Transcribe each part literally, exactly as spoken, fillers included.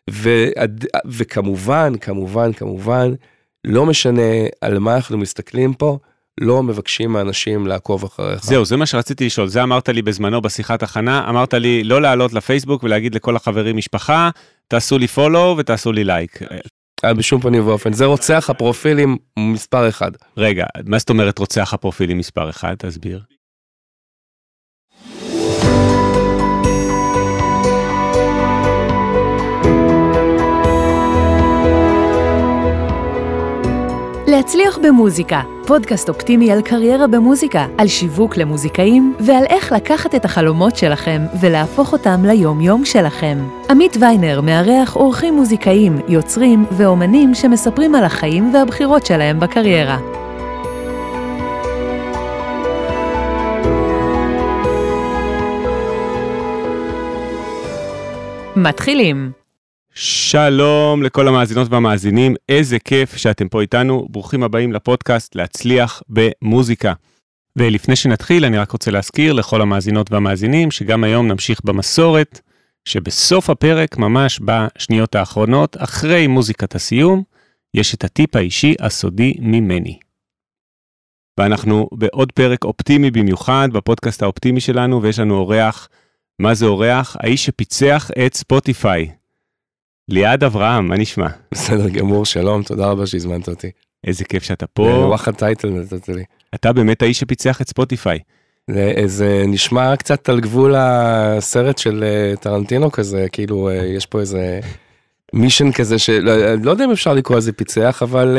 ו, וכמובן, כמובן, כמובן, לא משנה על מה אנחנו מסתכלים פה, לא מבקשים מהאנשים לעקוב אחריך. זהו, זה מה שרציתי לשאול, זה אמרת לי בזמנו בשיחת הכנה, אמרת לי לא לעלות לפייסבוק ולהגיד לכל החברים משפחה, תעשו לי פולו ותעשו לי לייק. בשום פנים ואופן, זה רוצח הפרופילים מספר אחד. רגע, מה זאת אומרת רוצח הפרופילים מספר אחד? תסביר. להצליח במוזיקה, פודקאסט אופטימי על קריירה במוזיקה, על שיווק למוזיקאים ועל איך לקחת את החלומות שלכם ולהפוך אותם ליום-יום שלכם. עמית ויינר מארח אורחים מוזיקאים, יוצרים ואומנים שמספרים על החיים והבחירות שלהם בקריירה. מתחילים. שלום לכל המאזינות והמאזינים, איזה כיף שאתם פה איתנו, ברוכים הבאים לפודקאסט להצליח במוזיקה. ולפני שנתחיל אני רק רוצה להזכיר לכל המאזינות והמאזינים שגם היום נמשיך במסורת, שבסוף הפרק ממש בשניות האחרונות, אחרי מוזיקת הסיום, יש את הטיפ האישי הסודי ממני. ואנחנו בעוד פרק אופטימי במיוחד, בפודקאסט האופטימי שלנו, ויש לנו אורח, מה זה אורח? האיש שפיצח את ספוטיפיי. ליעד אברהם, מה נשמע? בסדר גמור, שלום, תודה רבה שהזמנת אותי. איזה כיף שאתה פה. וואחד טייטל נתת לי. אתה באמת האיש שפיצח את ספוטיפיי. זה נשמע קצת על גבול הסרט של טרנטינו כזה, כאילו יש פה איזה מישן כזה, שלא יודע אם אפשר לקרוא איזה פיצח, אבל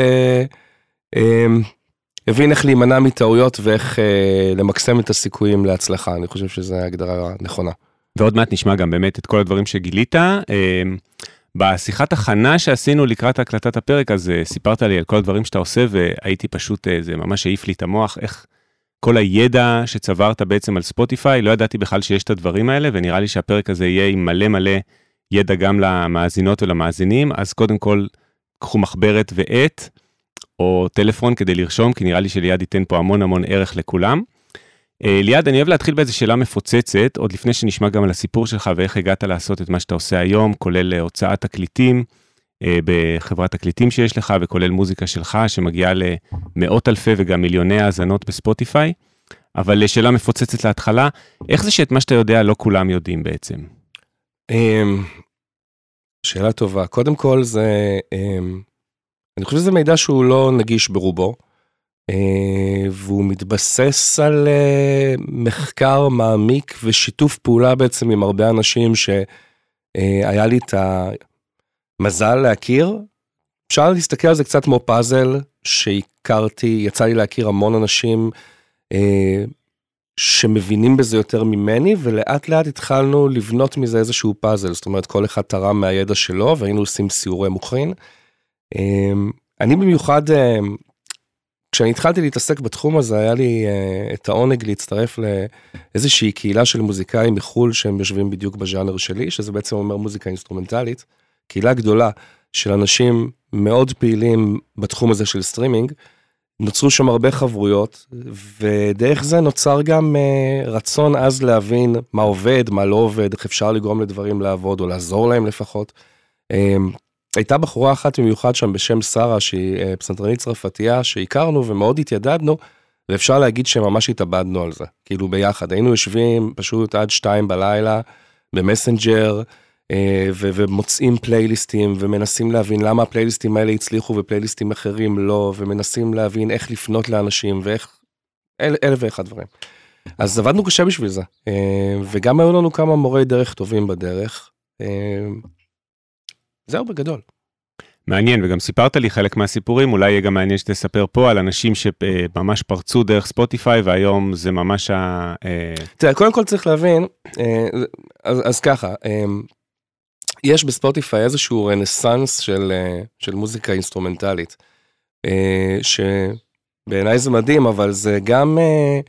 הבין איך להימנע מטעויות ואיך למקסם את הסיכויים להצלחה, אני חושב שזו הגדרה נכונה. ועוד מעט נשמע גם באמת את כל הדברים שגילית. בשיחת הכנה שעשינו לקראת הקלטת הפרק, אז סיפרת לי על כל הדברים שאתה עושה, והייתי פשוט, זה ממש העיף לי את המוח, איך כל הידע שצברת בעצם על ספוטיפיי, לא ידעתי בכלל שיש את הדברים האלה, ונראה לי שהפרק הזה יהיה עם מלא מלא ידע גם למאזינות ולמאזינים, אז קודם כל, קחו מחברת ועט, או טלפון כדי לרשום, כי נראה לי שליד ייתן פה המון המון ערך לכולם. ליעד, אני אוהב להתחיל באיזו שאלה מפוצצת, עוד לפני שנשמע גם על הסיפור שלך, ואיך הגעת לעשות את מה שאתה עושה היום, כולל הוצאת תקליטים, בחברת תקליטים שיש לך, וכולל מוזיקה שלך, שמגיעה למאות אלפי וגם מיליוני האזנות בספוטיפיי, אבל שאלה מפוצצת להתחלה, איך זה שאת מה שאתה יודע לא כולם יודעים בעצם? שאלה טובה, קודם כל זה, אני חושב שזה מידע שהוא לא נגיש ברובו, והוא מתבסס על מחקר מעמיק ושיתוף פעולה בעצם עם הרבה אנשים שהיה לי את המזל להכיר. אפשר להסתכל על זה קצת כמו פאזל שהכרתי, יצא לי להכיר המון אנשים שמבינים בזה יותר ממני, ולאט לאט התחלנו לבנות מזה איזשהו פאזל, זאת אומרת כל אחד תרם מהידע שלו, והיינו עושים סיורי מוכין. אני במיוחד, כשאני התחלתי להתעסק בתחום הזה, היה לי uh, את העונג להצטרף לאיזושהי קהילה של מוזיקאים מחול, שהם יושבים בדיוק בז'אנר שלי, שזה בעצם אומר מוזיקה אינסטרומנטלית, קהילה גדולה של אנשים מאוד פעילים בתחום הזה של סטרימינג, נוצרו שם הרבה חברויות, ודרך זה נוצר גם uh, רצון אז להבין מה עובד, מה לא עובד, איך אפשר לגרום לדברים לעבוד, או לעזור להם לפחות. Um, הייתה בחורה אחת במיוחד שם בשם שרה, שהיא פסנתרנית צרפתייה, שהכרנו ומאוד התיידדנו, ואפשר להגיד שממש התאבדנו על זה, כאילו ביחד. היינו יושבים פשוט עד שתיים בלילה, במסנג'ר, ו- ומוצאים פלייליסטים, ומנסים להבין למה הפלייליסטים האלה הצליחו, ופלייליסטים אחרים לא, ומנסים להבין איך לפנות לאנשים, ואיך, אל, אלף ואחד דברים. אז עבדנו קשה בשביל זה, וגם היו לנו כמה מורי דרך טובים בדרך, זהו בגדול. מעניין, וגם סיפרת לי חלק מהסיפורים, אולי יהיה גם מעניין שתספר פה על אנשים שממש פרצו דרך ספוטיפיי, והיום זה ממש ה... תראה, קודם כל צריך להבין, אז, אז ככה, יש בספוטיפיי איזשהו רנסנס של, של מוזיקה אינסטרומנטלית, שבעיניי זה מדהים, אבל זה גם...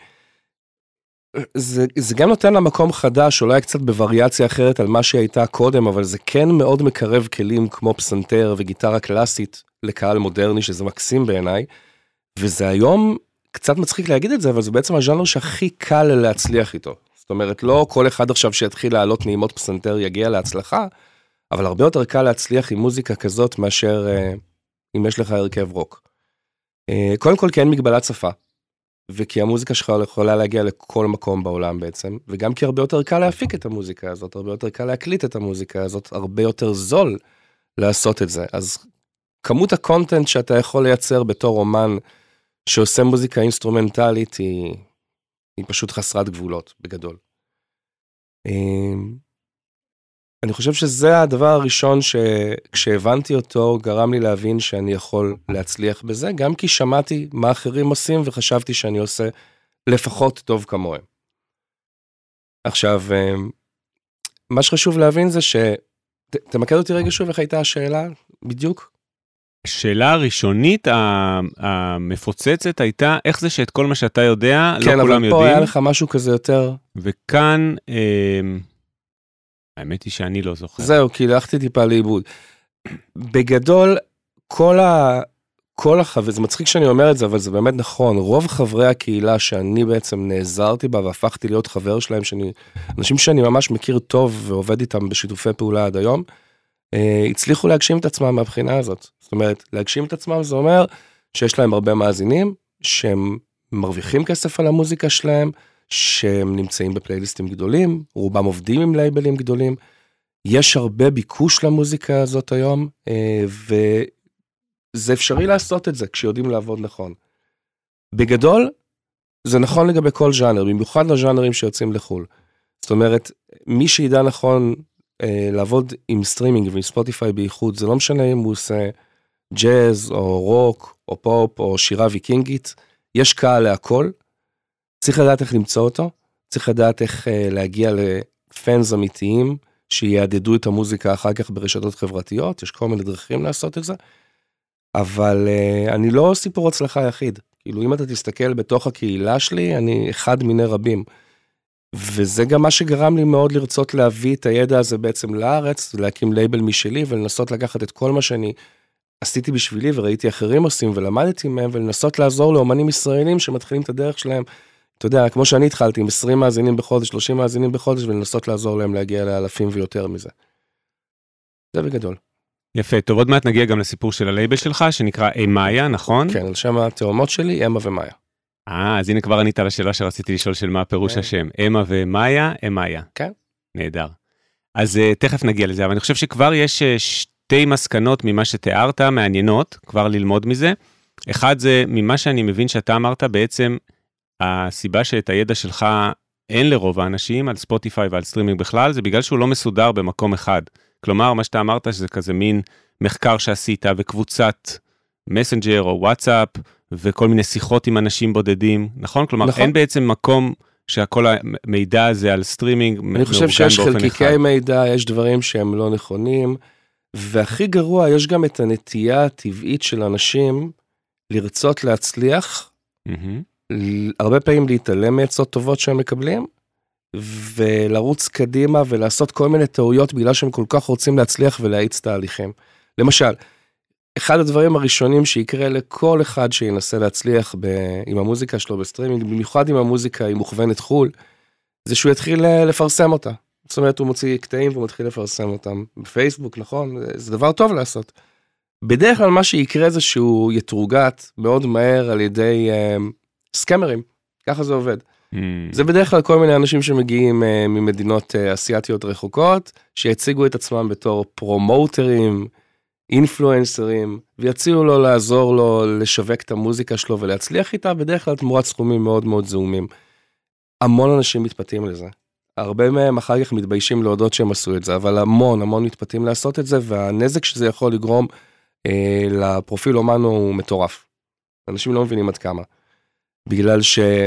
זה, זה גם נותן לה מקום חדש, אולי קצת בווריאציה אחרת על מה שהיא הייתה קודם, אבל זה כן מאוד מקרב כלים כמו פסנתר וגיטרה קלאסית לקהל מודרני, שזה מקסים בעיניי, וזה היום קצת מצחיק להגיד את זה, אבל זה בעצם הז'אנר שהכי קל להצליח איתו. זאת אומרת, לא כל אחד עכשיו שיתחיל לעלות נעימות פסנתר יגיע להצלחה, אבל הרבה יותר קל להצליח עם מוזיקה כזאת, מאשר אם יש לך הרכב רוק. קודם כל, כי אין מגבלת שפה, וכי המוזיקה שלך יכולה להגיע לכל מקום בעולם בעצם, וגם כי הרבה יותר קל להפיק את המוזיקה הזאת, הרבה יותר קל להקליט את המוזיקה הזאת, הרבה יותר זול לעשות את זה. אז כמות הקונטנט שאתה יכול לייצר בתור אומן, שעושה מוזיקה אינסטרומנטלית, היא, היא פשוט חסרת גבולות, בגדול. אני חושב שזה הדבר הראשון שכשהבנתי אותו, גרם לי להבין שאני יכול להצליח בזה, גם כי שמעתי מה אחרים עושים, וחשבתי שאני עושה לפחות טוב כמוהם. עכשיו, מה שחשוב להבין זה ש... תמקד אותי רגע שוב, איך הייתה השאלה בדיוק? השאלה הראשונית המפוצצת הייתה, איך זה שאת כל מה שאתה יודע, לא כן, כולם יודעים. כן, אבל פה היה לך משהו כזה יותר... וכאן... האמת היא שאני לא זוכר. זהו, כי הלכתי טיפה לאיבוד. בגדול, כל ה... כל החבר, זה מצחיק שאני אומר את זה, אבל זה באמת נכון, רוב חברי הקהילה שאני בעצם נעזרתי בה, והפכתי להיות חבר שלהם, שאני, אנשים שאני ממש מכיר טוב, ועובד איתם בשיתופי פעולה עד היום, אה, הצליחו להגשים את עצמם מהבחינה הזאת. זאת אומרת, להגשים את עצמם זה אומר, שיש להם הרבה מאזינים, שהם מרוויחים כסף על המוזיקה שלהם, שהם נמצאים בפלייליסטים גדולים, רובם עובדים עם לייבלים גדולים, יש הרבה ביקוש למוזיקה הזאת היום, וזה אפשרי לעשות את זה, כשיודעים לעבוד נכון. בגדול, זה נכון לגבי כל ז'אנר, במיוחד לז'אנרים שיוצאים לחול. זאת אומרת, מי שידע נכון לעבוד עם סטרימינג ועם ספוטיפיי בייחוד, זה לא משנה אם הוא עושה ג'אז, או רוק, או פופ, או שירה ויקינגית, יש קהל להכל, צריך לדעת איך למצוא אותו, צריך לדעת איך uh, להגיע לפאנס אמיתיים, שיעדדו את המוזיקה אחר כך ברשתות חברתיות, יש כל מיני דרכים לעשות את זה, אבל uh, אני לא סיפור הצלחה יחיד, כאילו אם אתה תסתכל בתוך הקהילה שלי, אני אחד מיני רבים, וזה גם מה שגרם לי מאוד לרצות להביא את הידע הזה בעצם לארץ, להקים לייבל משלי, ולנסות לקחת את כל מה שאני עשיתי בשבילי, וראיתי אחרים עושים, ולמדתי מהם, ולנסות לעזור לאומנים ישראלים שמתחילים את הדרך שלהם, אתה יודע, כמו שאני התחלתי, עם עשרים מאזינים בחודש, שלושים מאזינים בחודש, ולנסות לעזור להם להגיע לאלפים ויותר מזה. זה בגדול. יפה, טוב, עוד מעט נגיע גם לסיפור של הלייבל שלך, שנקרא אמיה, נכון? כן, על שם התאומות שלי, אמה ומאיה. אה, אז הנה כבר ענית על השאלה שרציתי לשאול של מה פירוש השם. אמה ומאיה, אמיה. כן. נהדר. אז תכף נגיע לזה, אבל אני חושב שכבר יש שתי מסקנות ממה שתיארת, מעניינות, כבר ללמוד מזה. אחד זה, ממה שאני מבין שאתה אמרת בעצם, הסיבה שאת הידע שלך אין לרוב האנשים על ספוטיפיי ועל סטרימינג בכלל, זה בגלל שהוא לא מסודר במקום אחד. כלומר, מה שאתה אמרת שזה כזה מין מחקר שעשית וקבוצת מסנג'ר או וואטסאפ, וכל מיני שיחות עם אנשים בודדים, נכון? כלומר, נכון. אין בעצם מקום שהכל המידע הזה על סטרימינג מאורגן באופן אחד. אני חושב שיש חלקיקי מידע, יש דברים שהם לא נכונים, והכי גרוע, יש גם את הנטייה הטבעית של אנשים לרצות להצליח, mm-hmm. הרבה פעמים להתעלם מעצות טובות שהם מקבלים, ולרוץ קדימה ולעשות כל מיני טעויות, בגלל שהם כל כך רוצים להצליח ולהאיץ תהליכים. למשל, אחד הדברים הראשונים שיקרה לכל אחד שינסה להצליח ב... עם המוזיקה שלו בסטרימינג, במיוחד עם המוזיקה היא מוכוונת חול, זה שהוא יתחיל לפרסם אותה. זאת אומרת, הוא מוציא קטעים והוא מתחיל לפרסם אותם בפייסבוק, נכון? זה דבר טוב לעשות. בדרך כלל מה שיקרה זה שהוא יתרוגת מאוד מהר על ידי uh, סקמרים, ככה זה עובד. Mm. זה בדרך כלל כל מיני אנשים שמגיעים uh, ממדינות uh, אסיאטיות רחוקות, שיציגו את עצמם בתור פרומוטרים, אינפלואנסרים, ויציעו לו לעזור לו לשווק את המוזיקה שלו ולהצליח איתה, בדרך כלל תמורת סכומים מאוד מאוד זעומים. המון אנשים מתפתים לזה. הרבה מהם אחר כך מתביישים להודות שהם עשו את זה, אבל המון המון מתפתים לעשות את זה, והנזק שזה יכול לגרום אה, לפרופיל אומן הוא מטורף. אנשים לא מבינים עד כמה. בגלל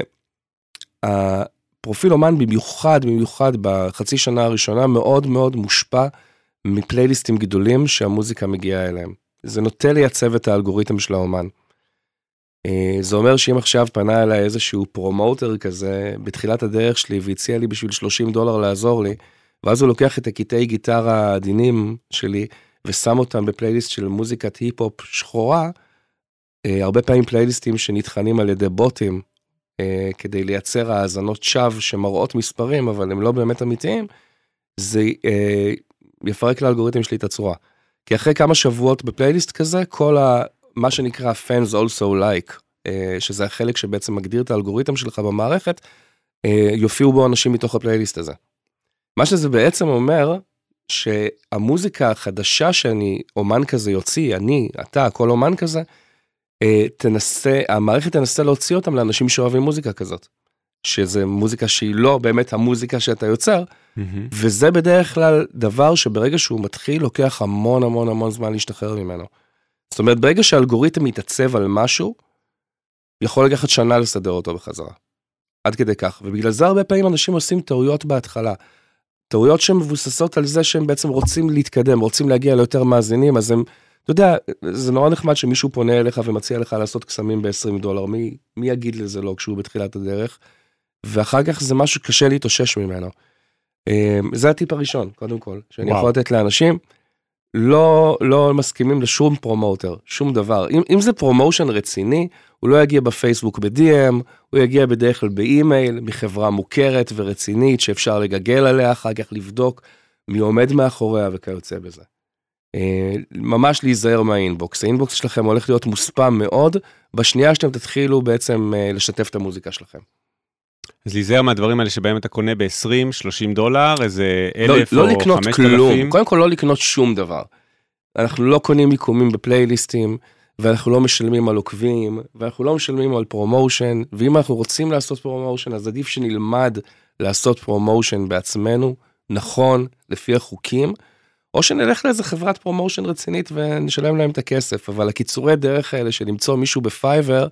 שהפרופיל אומן במיוחד, במיוחד בחצי שנה הראשונה, מאוד מאוד מושפע מפלייליסטים גדולים שהמוזיקה מגיעה אליהם. זה נוטה לייצב את האלגוריתם של האומן. זה אומר שאם עכשיו פנה אליי איזשהו פרומוטר כזה, בתחילת הדרך שלי, והציע לי בשביל שלושים דולר לעזור לי, ואז הוא לוקח את הקטעי גיטרה העדינים שלי, ושם אותם בפלייליסט של מוזיקת היפ-הופ שחורה, הרבה פעמים פלייליסטים שנתחנים על ידי בוטים, כדי לייצר האזנות שווא שמראות מספרים, אבל הם לא באמת אמיתיים, זה יפרק לאלגוריתם שלי את הצורה. כי אחרי כמה שבועות בפלייליסט כזה, כל ה, מה שנקרא fans also like, שזה החלק שבעצם מגדיר את האלגוריתם שלך במערכת, יופיעו בו אנשים מתוך הפלייליסט הזה. מה שזה בעצם אומר, שהמוזיקה החדשה שאני, אומן כזה יוציא, אני, אתה, כל אומן כזה, תנסה, המערכת תנסה להוציא אותם לאנשים שאוהבים מוזיקה כזאת. שזה מוזיקה שהיא לא באמת המוזיקה שאתה יוצר, mm-hmm. וזה בדרך כלל דבר שברגע שהוא מתחיל, לוקח המון המון המון זמן להשתחרר ממנו. זאת אומרת, ברגע שהאלגוריתם מתעצב על משהו, יכול לקחת שנה לסדר אותו בחזרה. עד כדי כך. ובגלל זה הרבה פעמים אנשים עושים טעויות בהתחלה. טעויות שהן מבוססות על זה שהם בעצם רוצים להתקדם, רוצים להגיע ליותר מאזינים, אז הם, אתה יודע, זה נורא נחמד שמישהו פונה אליך ומציע לך לעשות קסמים ב-עשרים דולר, מי, מי יגיד לזה לא כשהוא בתחילת הדרך, ואחר כך זה משהו קשה להתאושש ממנו. זה הטיפ הראשון, קודם כל, שאני יכול לתת לאנשים, לא, לא מסכימים לשום פרומוטר, שום דבר. אם, אם זה פרומושן רציני, הוא לא יגיע בפייסבוק ב-די אם, הוא יגיע בדרך כלל באימייל, מחברה מוכרת ורצינית, שאפשר לגגל עליה, אחר כך לבדוק מי עומד מאחוריה וכיוצא בזה. ממש להיזהר מהאינבוקס. האינבוקס שלכם הולך להיות מוספם מאוד, בשנייה שאתם תתחילו בעצם לשתף את המוזיקה שלכם. אז להיזהר מהדברים האלה שבהם אתה קונה ב-עשרים שלושים דולר, איזה אלף לא, או לא לקנות חמשת כלום. אלפים. קודם כל לא לקנות שום דבר. אנחנו לא קונים מיקומים בפלייליסטים, ואנחנו לא משלמים על עוקבים, ואנחנו לא משלמים על פרומושן, ואם אנחנו רוצים לעשות פרומושן, אז עדיף שנלמד לעשות פרומושן בעצמנו, נכון, לפי החוקים, או שנלך לאיזה חברת פרומושן רצינית ונשלם להם את הכסף, אבל הקיצורי דרך האלה של למצוא מישהו בפייבר,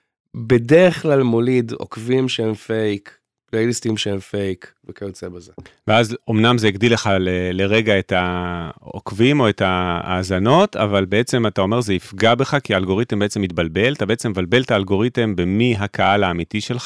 בדרך כלל מוליד עוקבים שהם פייק, פלייליסטים שהם פייק, וכיוצא בזה. ואז אמנם זה הגדיל לך ל- לרגע את העוקבים או את ההאזנות, אבל בעצם אתה אומר זה יפגע בך, כי האלגוריתם בעצם מתבלבל, אתה בעצם מבלבל את האלגוריתם במי הקהל האמיתי שלך,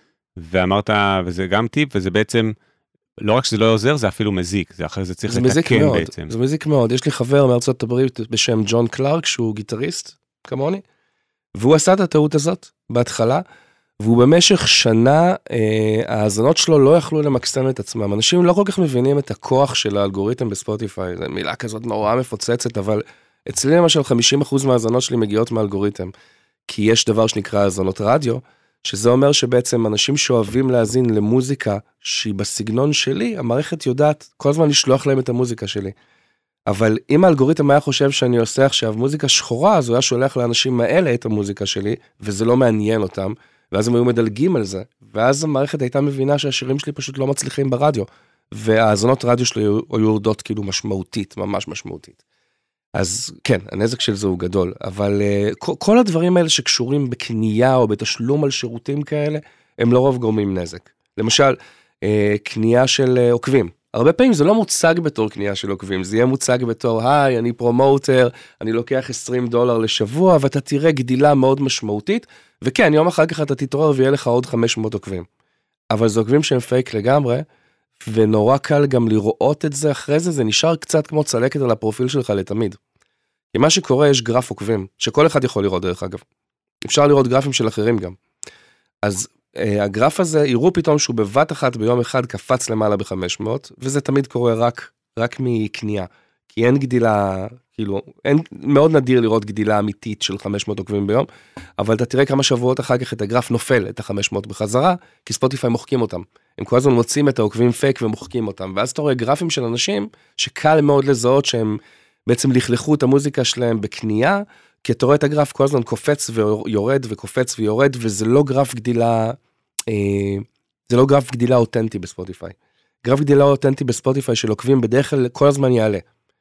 ואמרת, וזה גם טיפ, וזה בעצם, לא רק שזה לא עוזר, זה אפילו מזיק, זה אחרי זה צריך לתקן בעצם. זה מזיק מאוד, יש לי חבר מארצות הברית בשם ג'ון קלארק, שהוא גיטריסט, כמוני, והוא עשה את הטעות הזאת בהתחלה, והוא במשך שנה, אה, ההאזנות שלו לא יכלו למקסם את עצמם. אנשים לא כל כך מבינים את הכוח של האלגוריתם בספוטיפיי, זו מילה כזאת נורא מפוצצת, אבל אצלי למשל חמישים אחוז מההאזנות שלי מגיעות מהאלגוריתם, כי יש דבר שנקרא האזנות רדיו, שזה אומר שבעצם אנשים שאוהבים להאזין למוזיקה שהיא בסגנון שלי, המערכת יודעת כל הזמן לשלוח להם את המוזיקה שלי. אבל אם האלגוריתם היה חושב שאני עושה עכשיו מוזיקה שחורה, אז הוא היה שולח לאנשים האלה את המוזיקה שלי, וזה לא מעניין אותם, ואז הם היו מדלגים על זה, ואז המערכת הייתה מבינה שהשירים שלי פשוט לא מצליחים ברדיו, והאזנות רדיו שלי היו יורדות כאילו משמעותית, ממש משמעותית. אז כן, הנזק של זה הוא גדול, אבל uh, כל, כל הדברים האלה שקשורים בקנייה או בתשלום על שירותים כאלה, הם לא רוב גורמים נזק. למשל, uh, קנייה של uh, עוקבים. הרבה פעמים זה לא מוצג בתור קנייה של עוקבים, זה יהיה מוצג בתור, היי, אני פרומוטר, אני לוקח עשרים דולר לשבוע, ואתה תראה גדילה מאוד משמעותית, וכן, יום אחר כך אתה תתעורר ויהיה לך עוד חמש מאות עוקבים. אבל זה עוקבים שהם פייק לגמרי, ונורא קל גם לראות את זה אחרי זה, זה נשאר קצת כמו צלקת על הפרופיל שלך לתמיד. כי מה שקורה, יש גרף עוקבים, שכל אחד יכול לראות דרך אגב. אפשר לראות גרפים של אחרים גם. אז אה, הגרף הזה, יראו פתאום שהוא בבת אחת ביום אחד קפץ למעלה ב-חמש מאות, וזה תמיד קורה רק, רק מקנייה. כי אין גדילה, כאילו, אין, מאוד נדיר לראות גדילה אמיתית של חמש מאות עוקבים ביום, אבל אתה תראה כמה שבועות אחר כך את הגרף נופל, את ה-חמש מאות בחזרה, כי ספוטיפיי מוחקים אותם. הם כל הזמן מוצאים את העוקבים פייק ומוחקים אותם, ואז אתה רואה גרפים של אנשים שקל מאוד לזהות שהם בעצם לכלכו את המוזיקה שלהם בקנייה, כי אתה רואה את הגרף כל הזמן קופץ ויורד וקופץ ויורד, וזה לא גרף גדילה, אה, זה לא גרף גדילה אותנטי בספוטיפיי. גרף גדילה אותנטי בספוטיפיי של עוקבים בדרך כלל כל הזמן יעלה.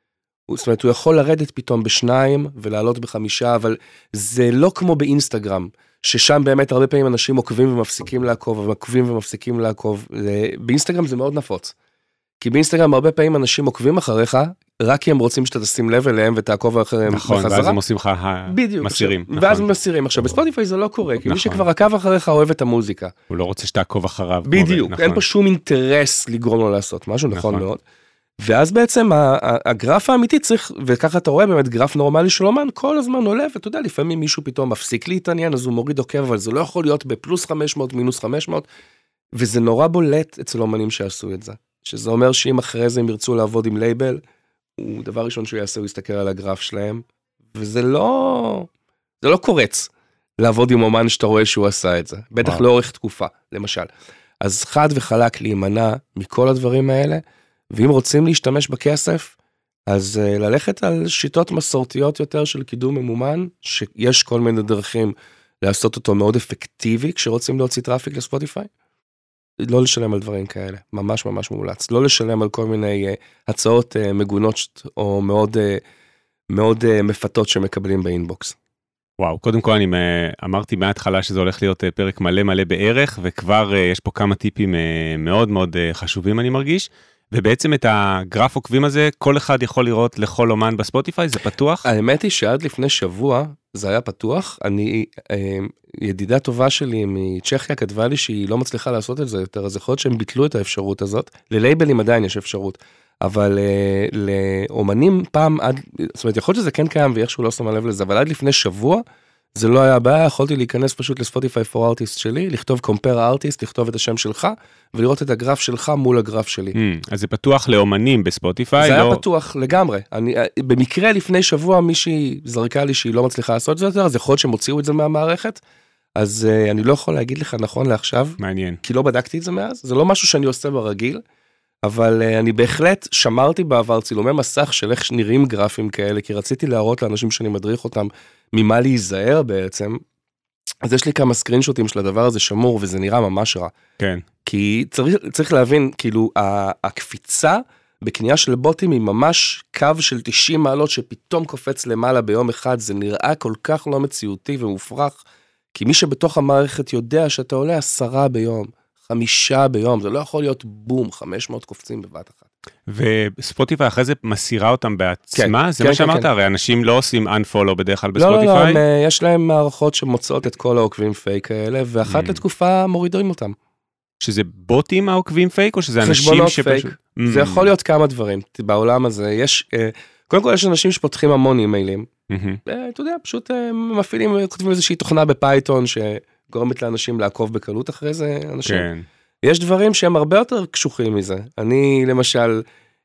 זאת אומרת, הוא יכול לרדת פתאום בשניים ולעלות בחמישה, אבל זה לא כמו באינסטגרם, ששם באמת הרבה פעמים אנשים עוקבים ומפסיקים לעקוב, ועוקבים ומפסיקים לעקוב. באינסטגרם זה מאוד נפוץ. כי באינסטגרם הרבה פעמים אנשים עוקבים אחריך, רק כי הם רוצים שאתה תשים לב אליהם ותעקוב אחריהם נכון, בחזרה. ואז הם עושים לך מסירים. נכון. ואז הם מסירים. עכשיו, בספוטיפיי זה לא קורה, כי מי שכבר עקב אחריך אוהב את המוזיקה. הוא לא רוצה שתעקוב אחריו. בדיוק, אין פה שום אינטרס לגרום לו לעשות משהו, נכון מאוד. ואז בעצם הגרף האמיתי צריך, וככה אתה רואה באמת גרף נורמלי של אומן, כל הזמן עולה, ואתה יודע, לפעמים מישהו פתאום מפסיק להתעניין, אז הוא מוריד עוקב, אבל זה לא יכול להיות בפלוס חמש מאות, מינוס חמש מאות, וזה נורא בולט אצל אומנים שעשו את זה. שזה אומר שאם אחרי זה הם ירצו לעבוד עם לייבל, הוא דבר ראשון שהוא יעשה, הוא יסתכל על הגרף שלהם, וזה לא, זה לא קורץ לעבוד עם אומן שאתה רואה שהוא עשה את זה, בטח לאורך תקופה, למשל. אז חד וחלק להימנע מכל הדברים האלה, ואם רוצים להשתמש בכסף, אז uh, ללכת על שיטות מסורתיות יותר של קידום ממומן, שיש כל מיני דרכים לעשות אותו מאוד אפקטיבי, כשרוצים להוציא טראפיק לספוטיפיי, לא לשלם על דברים כאלה, ממש ממש מומלץ, לא לשלם על כל מיני uh, הצעות uh, מגונות, או מאוד, uh, מאוד uh, מפתות שמקבלים באינבוקס. וואו, קודם כל אני אמרתי מההתחלה שזה הולך להיות פרק מלא מלא בערך, וכבר יש פה כמה טיפים מאוד מאוד חשובים אני מרגיש, ובעצם את הגרף עוקבים הזה, כל אחד יכול לראות לכל אומן בספוטיפיי, זה פתוח? האמת היא שעד לפני שבוע זה היה פתוח, אני, ידידה טובה שלי מצ'כיה כתבה לי שהיא לא מצליחה לעשות את זה יותר, אז יכול להיות שהם ביטלו את האפשרות הזאת, ללייבלים עדיין יש אפשרות, אבל uh, לאומנים פעם עד, זאת אומרת, יכול להיות שזה כן קיים ואיכשהו לא שמה לב לזה, אבל עד לפני שבוע, זה לא היה בעיה, יכולתי להיכנס פשוט לספוטיפיי פור ארטיסט שלי, לכתוב compare artist, לכתוב את השם שלך, ולראות את הגרף שלך מול הגרף שלי. Mm, אז זה פתוח לאומנים בספוטיפיי? זה לא... היה פתוח לגמרי. אני, במקרה לפני שבוע מישהי זרקה לי שהיא לא מצליחה לעשות את זה יותר, אז יכול להיות שהם הוציאו את זה מהמערכת, אז uh, אני לא יכול להגיד לך נכון לעכשיו, מעניין. כי לא בדקתי את זה מאז, זה לא משהו שאני עושה ברגיל, אבל uh, אני בהחלט שמרתי בעבר צילומי מסך של איך נראים גרפים כאלה, כי רציתי להראות לאנשים שאני מדריך אותם ממה להיזהר בעצם, אז יש לי כמה סקרינשוטים של הדבר הזה שמור, וזה נראה ממש רע. כן. כי צריך, צריך להבין, כאילו, הקפיצה בקנייה של בוטים היא ממש קו של תשעים מעלות שפתאום קופץ למעלה ביום אחד, זה נראה כל כך לא מציאותי ומופרך, כי מי שבתוך המערכת יודע שאתה עולה עשרה ביום, חמישה ביום, זה לא יכול להיות בום, חמש מאות קופצים בבת אחת. וספוטיפיי אחרי זה מסירה אותם בעצמה? כן, זה כן, מה שאמרת, כן. הרי אנשים לא עושים unfollow בדרך כלל בספוטיפיי? לא, לא, לא, הם, יש להם מערכות שמוצאות את כל העוקבים פייק האלה, ואחת mm. לתקופה מורידים אותם. שזה בוטים העוקבים פייק, או שזה אנשים חשבונות שפשוט... פייק, mm. זה יכול להיות כמה דברים, בעולם הזה יש, קודם כל יש אנשים שפותחים המון אימיילים, mm-hmm. אתה יודע, פשוט מפעילים, כותבים איזושהי תוכנה בפייתון, שגורמת לאנשים לעקוב בקלות אחרי זה, אנשים. כן. יש דברים שהם הרבה יותר קשוחים מזה. אני, למשל,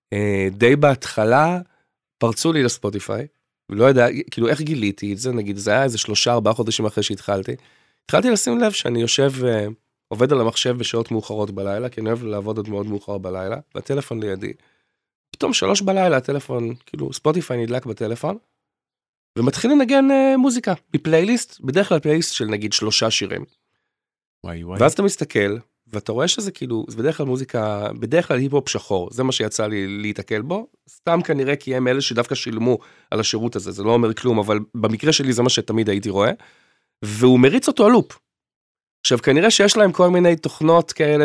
די בהתחלה, פרצו לי לספוטיפיי, ולא יודע, כאילו, איך גיליתי את זה, נגיד, זה היה איזה שלושה, ארבעה חודשים אחרי שהתחלתי, התחלתי לשים לב שאני יושב, עובד על המחשב בשעות מאוחרות בלילה, כי אני אוהב לעבוד עוד מאוד מאוחר בלילה, והטלפון לידי. פתאום שלוש בלילה, הטלפון, כאילו, ספוטיפיי נדלק בטלפון, ומתחיל לנגן מוזיקה, בפלייליסט, בדרך כלל פלייליסט של נגיד שלושה שירים. וואי וואי. ואז אתה מסתכל, ואתה רואה שזה כאילו, זה בדרך כלל מוזיקה, בדרך כלל היפ-הופ שחור, זה מה שיצא לי להתקל בו, סתם כנראה כי הם אלה שדווקא שילמו על השירות הזה, זה לא אומר כלום, אבל במקרה שלי זה מה שתמיד הייתי רואה, והוא מריץ אותו הלופ. עכשיו, כנראה שיש להם כל מיני תוכנות כאלה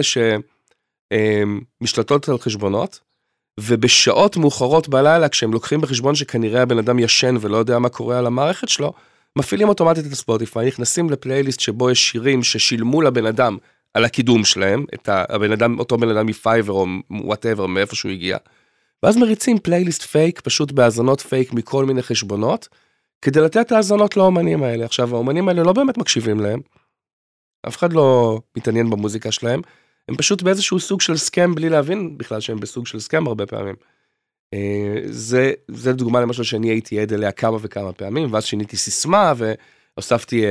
שמשלטות על חשבונות, ובשעות מאוחרות בלילה, כשהם לוקחים בחשבון שכנראה הבן אדם ישן ולא יודע מה קורה על המערכת שלו, מפעילים אוטומטית את הספוטיפיי, נכנסים לפלייליסט שבו יש שירים ששילמו לבן אדם על הקידום שלהם, את הבן אדם, אותו בן אדם מפייבר או whatever, מאיפה שהוא הגיע, ואז מריצים פלייליסט פייק, פשוט בהאזנות פייק מכל מיני חשבונות, כדי לתת האזנות לאומנים האלה. עכשיו, האומנים האלה לא באמת מקשיבים להם, אף אחד לא מתעניין במוזיקה שלהם, הם פשוט באיזשהו סוג של סקאם, בלי להבין בכלל שהם בסוג של סקאם הרבה פעמים. זה, זה דוגמה למשל שאני הייתי עד אליה כמה וכמה פעמים, ואז שיניתי סיסמה, והוספתי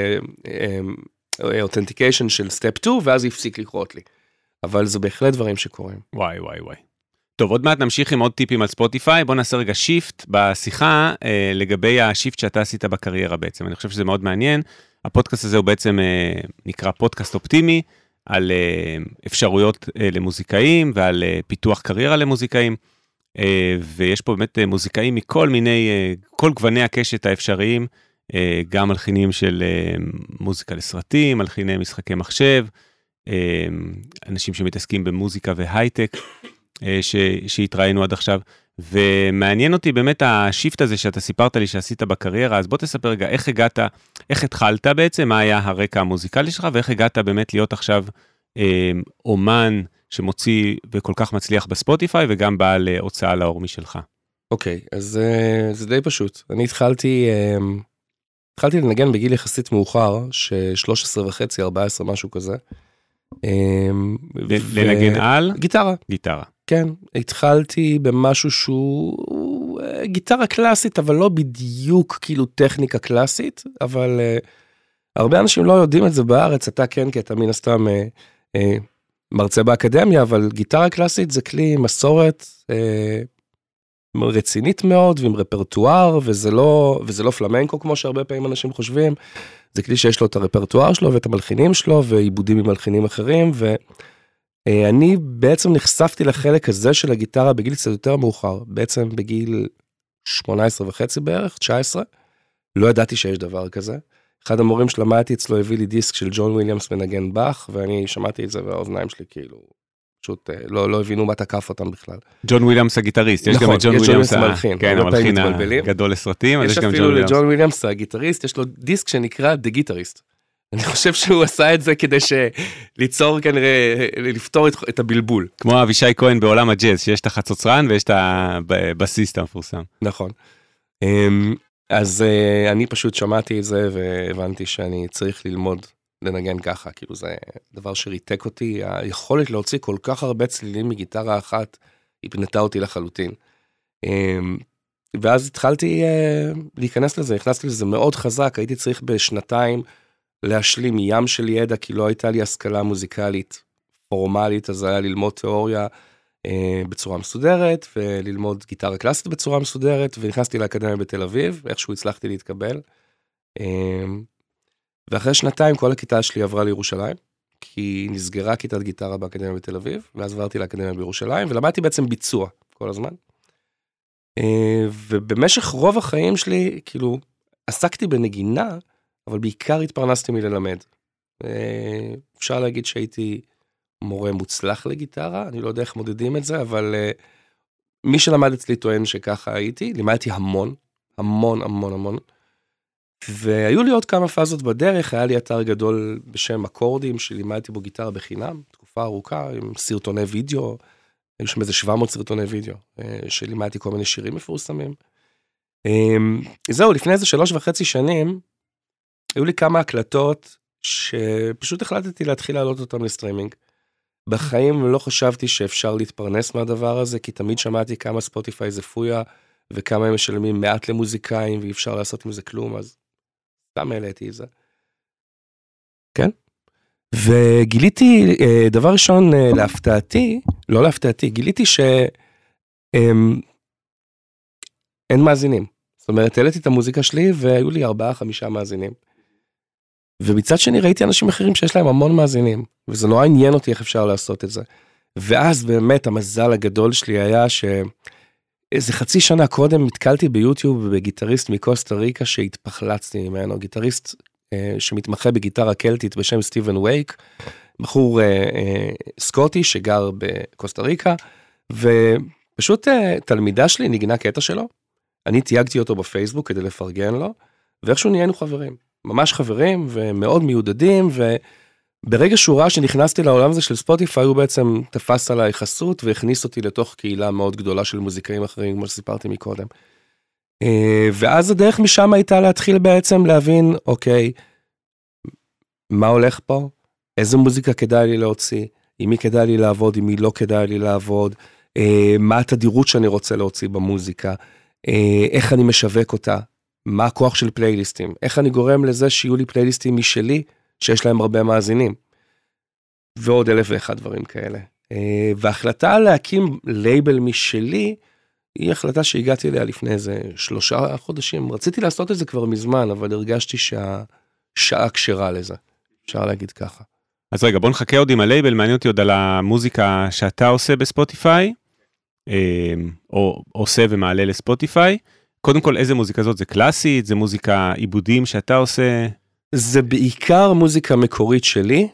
אותנטיקיישן של סטפ שתיים, ואז הפסיק לקרות לי. אבל זה בהחלט דברים שקורים. וואי, וואי, וואי. טוב, עוד מעט נמשיך עם עוד טיפים על ספוטיפיי, בוא נעשה רגע שיפט בשיחה, אה, לגבי השיפט שאתה עשית בקריירה בעצם. אני חושב שזה מאוד מעניין. הפודקאסט הזה הוא בעצם אה, נקרא פודקאסט אופטימי, על אה, אפשרויות אה, למוזיקאים, ועל אה, פיתוח קריירה למוזיקאים, אה, ויש פה באמת אה, מוזיקאים מכל מיני, אה, כל גווני הקשת האפשריים, אה, גם מלחינים של אה, מוזיקה לסרטים, מלחיני משחקי מחשב, אה, אנשים שמתעסקים במוזיקה והייטק, ש... שהתראינו עד עכשיו, ומעניין אותי באמת השיפט הזה שאתה סיפרת לי שעשית בקריירה, אז בוא תספר רגע איך הגעת, איך התחלת בעצם, מה היה הרקע המוזיקלי שלך, ואיך הגעת באמת להיות עכשיו אה, אומן שמוציא וכל כך מצליח בספוטיפיי, וגם בעל הוצאה לאור משלך. אוקיי, okay, אז uh, זה די פשוט. אני התחלתי, uh, התחלתי לנגן בגיל יחסית מאוחר, ש-שלוש עשרה וחצי, ארבע עשרה, משהו כזה. לנגן על? גיטרה. גיטרה. כן, התחלתי במשהו שהוא גיטרה קלאסית, אבל לא בדיוק כאילו טכניקה קלאסית, אבל uh, הרבה אנשים לא יודעים את זה בארץ, אתה כן, כי אתה מן הסתם uh, uh, מרצה באקדמיה, אבל גיטרה קלאסית זה כלי מסורת uh, רצינית מאוד, ועם רפרטואר, וזה לא, וזה לא פלמנקו, כמו שהרבה פעמים אנשים חושבים, זה כלי שיש לו את הרפרטואר שלו, ואת המלחינים שלו, ועיבודים עם מלחינים אחרים, ו... אני בעצם נחשפתי לחלק הזה של הגיטרה בגיל קצת יותר מאוחר, בעצם בגיל שמונה עשרה וחצי בערך, תשע עשרה, לא ידעתי שיש דבר כזה. אחד המורים שלמדתי אצלו הביא לי דיסק של ג'ון וויליאמס מנגן באך, ואני שמעתי את זה והאוזניים שלי כאילו, פשוט לא, לא הבינו מה תקף אותם בכלל. ג'ון וויליאמס הגיטריסט, יש נכון, גם את ג'ון וויליאמס המלחין, כן, המלחין הגדול לסרטים, יש אפילו לג'ון וויליאמס הגיטריסט, יש לו דיסק שנקרא The Guitarist. אני חושב שהוא עשה את זה כדי ליצור כנראה, לפתור את הבלבול. כמו אבישי כהן בעולם הג'אז, שיש את החצוצרן ויש את הבסיסט המפורסם. נכון. אז אני פשוט שמעתי את זה והבנתי שאני צריך ללמוד לנגן ככה, כאילו זה דבר שריתק אותי, היכולת להוציא כל כך הרבה צלילים מגיטרה אחת, היא פנתה אותי לחלוטין. ואז התחלתי להיכנס לזה, נכנסתי לזה מאוד חזק, הייתי צריך בשנתיים, להשלים ים של ידע, כי לא הייתה לי השכלה מוזיקלית פורמלית, אז היה ללמוד תיאוריה אה, בצורה מסודרת, וללמוד גיטרה קלאסית בצורה מסודרת, ונכנסתי לאקדמיה בתל אביב, איכשהו הצלחתי להתקבל. אה, ואחרי שנתיים כל הכיתה שלי עברה לירושלים, כי נסגרה כיתת גיטרה באקדמיה בתל אביב, ואז עברתי לאקדמיה בירושלים, ולמדתי בעצם ביצוע כל הזמן. אה, ובמשך רוב החיים שלי, כאילו, עסקתי בנגינה, אבל בעיקר התפרנסתי מללמד. אפשר להגיד שהייתי מורה מוצלח לגיטרה, אני לא יודע איך מודדים את זה, אבל מי שלמד אצלי טוען שככה הייתי, לימדתי המון, המון, המון, המון, והיו לי עוד כמה פאזות בדרך, היה לי אתר גדול בשם אקורדים, שלימדתי בו גיטרה בחינם, תקופה ארוכה, עם סרטוני וידאו, היו שם איזה שבע מאות סרטוני וידאו, שלימדתי כל מיני שירים מפורסמים. זהו, לפני איזה שלוש וחצי שנים, היו לי כמה הקלטות שפשוט החלטתי להתחיל להעלות אותם לסטרימינג. בחיים לא חשבתי שאפשר להתפרנס מהדבר הזה, כי תמיד שמעתי כמה ספוטיפיי זה פויה, וכמה הם משלמים מעט למוזיקאים, ואי אפשר לעשות עם זה כלום, אז סתם העליתי את זה. כן? וגיליתי, דבר ראשון להפתעתי, לא להפתעתי, גיליתי שאין מאזינים. זאת אומרת, העליתי את המוזיקה שלי, והיו לי ארבעה, חמישה מאזינים. ומצד שני ראיתי אנשים אחרים שיש להם המון מאזינים, וזה נורא עניין אותי איך אפשר לעשות את זה. ואז באמת המזל הגדול שלי היה שאיזה חצי שנה קודם התקלתי ביוטיוב בגיטריסט מקוסטה ריקה שהתפחלצתי ממנו, גיטריסט אה, שמתמחה בגיטרה קלטית בשם סטיבן וייק, בחור אה, אה, סקוטי שגר בקוסטה ריקה, ופשוט אה, תלמידה שלי נגנה קטע שלו, אני תייגתי אותו בפייסבוק כדי לפרגן לו, ואיכשהו נהיינו חברים. ממש חברים ומאוד מיודדים, וברגע שהוא ראה שנכנסתי לעולם הזה של ספוטיפיי, הוא בעצם תפס עליי חסות, והכניס אותי לתוך קהילה מאוד גדולה של מוזיקאים אחרים, כמו שסיפרתי מקודם. ואז הדרך משם הייתה להתחיל בעצם להבין, אוקיי, מה הולך פה? איזה מוזיקה כדאי לי להוציא? עם מי כדאי לי לעבוד? עם מי לא כדאי לי לעבוד? מה התדירות שאני רוצה להוציא במוזיקה? איך אני משווק אותה? מה הכוח של פלייליסטים? איך אני גורם לזה שיהיו לי פלייליסטים משלי, שיש להם הרבה מאזינים? ועוד אלף ואחד דברים כאלה. וההחלטה להקים לייבל משלי, היא החלטה שהגעתי אליה לפני איזה שלושה חודשים. רציתי לעשות את זה כבר מזמן, אבל הרגשתי שהשעה כשרה לזה. אפשר להגיד ככה. אז רגע, בוא נחכה עוד עם הלייבל, מעניין אותי עוד על המוזיקה שאתה עושה בספוטיפיי, או עושה ומעלה לספוטיפיי. קודם כל, איזה מוזיקה זאת? זה קלאסית? זה מוזיקה עיבודים שאתה עושה? זה בעיקר מוזיקה מקורית שלי,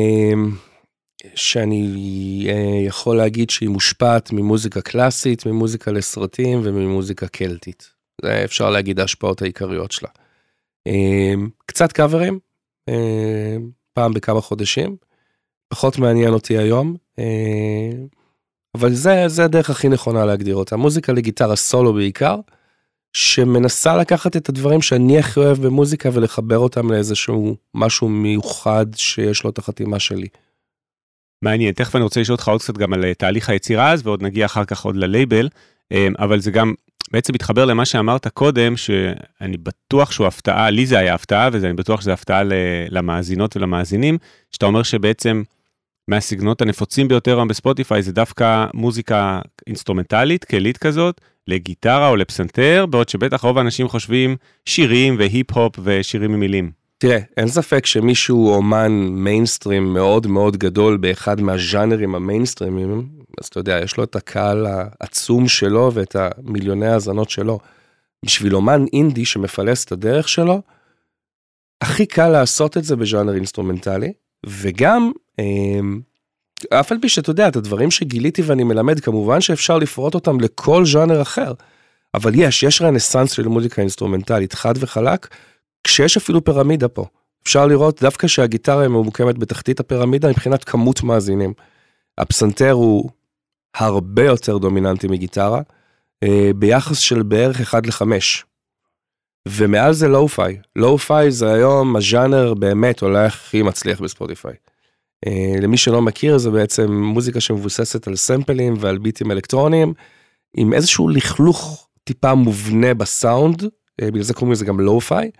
שאני יכול להגיד שהיא מושפעת ממוזיקה קלאסית, ממוזיקה לסרטים וממוזיקה קלטית. זה אפשר להגיד ההשפעות העיקריות שלה. קצת קאברים, פעם בכמה חודשים, פחות מעניין אותי היום, אבל זה, זה הדרך הכי נכונה להגדיר אותה. מוזיקה לגיטרה סולו בעיקר, שמנסה לקחת את הדברים שאני הכי אוהב במוזיקה, ולחבר אותם לאיזשהו משהו מיוחד שיש לו את החתימה שלי. מעניין, תכף אני רוצה לשאול אותך עוד קצת גם על תהליך היצירה אז, ועוד נגיע אחר כך עוד ללייבל, אבל זה גם בעצם מתחבר למה שאמרת קודם, שאני בטוח שהוא הפתעה, לי זה היה הפתעה, ואני בטוח שזה הפתעה למאזינות ולמאזינים, שאתה אומר שבעצם מהסגנונות הנפוצים ביותר בספוטיפיי, זה דווקא מוזיקה אינסטרומנטלית, כלית כזאת, לגיטרה או לפסנתר, בעוד שבטח רוב האנשים חושבים שירים והיפ-הופ ושירים ממילים. תראה, אין ספק שמישהו אומן מיינסטרים מאוד מאוד גדול באחד מהז'אנרים המיינסטרימים, אז אתה יודע, יש לו את הקהל העצום שלו ואת המיליוני האזנות שלו. בשביל אומן אינדי שמפלס את הדרך שלו, הכי קל לעשות את זה בז'אנר אינסטרומנטלי, וגם, אף על פי שאתה יודע, את הדברים שגיליתי ואני מלמד, כמובן שאפשר לפרוט אותם לכל ז'אנר אחר, אבל יש, יש רנסנס של מוזיקה אינסטרומנטלית, חד וחלק, כשיש אפילו פירמידה פה. אפשר לראות דווקא שהגיטרה ממוקמת בתחתית הפירמידה, מבחינת כמות מאזינים. הפסנתר הוא הרבה יותר דומיננטי מגיטרה, ביחס של בערך אחד לחמש. ומעל זה לואו-פיי. לואו-פיי זה היום הז'אנר באמת אולי הכי מצליח בספוטיפיי. למי שלא מכיר, זה בעצם מוזיקה שמבוססת על סמפלים ועל ביטים אלקטרוניים, עם איזשהו לכלוך טיפה מובנה בסאונד, בגלל זה קוראים לזה גם לואו-פיי,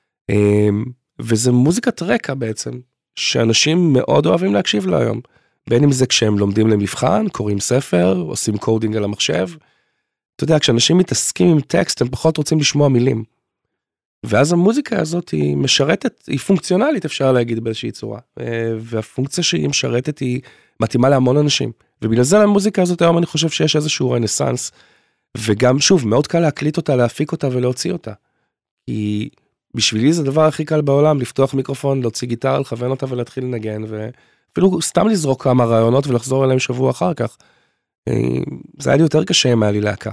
וזה מוזיקת רקע בעצם, שאנשים מאוד אוהבים להקשיב לה היום. בין אם זה כשהם לומדים למבחן, קוראים ספר, עושים קודינג על המחשב. אתה יודע, כשאנשים מתעסקים עם טקסט, הם פחות רוצים לשמוע מילים. ואז המוזיקה הזאת היא משרתת, היא פונקציונלית, אפשר להגיד באיזושהי צורה. והפונקציה שהיא משרתת היא מתאימה להמון אנשים. ובגלל זה למוזיקה הזאת היום אני חושב שיש איזשהו רנסנס, וגם שוב, מאוד קל להקליט אותה, להפיק אותה ולהוציא אותה. כי בשבילי זה הדבר הכי קל בעולם, לפתוח מיקרופון, להוציא גיטרה, לכוון אותה ולהתחיל לנגן, ואפילו סתם לזרוק כמה רעיונות ולחזור אליהם שבוע אחר כך. זה היה לי יותר קשה מה לי להקה.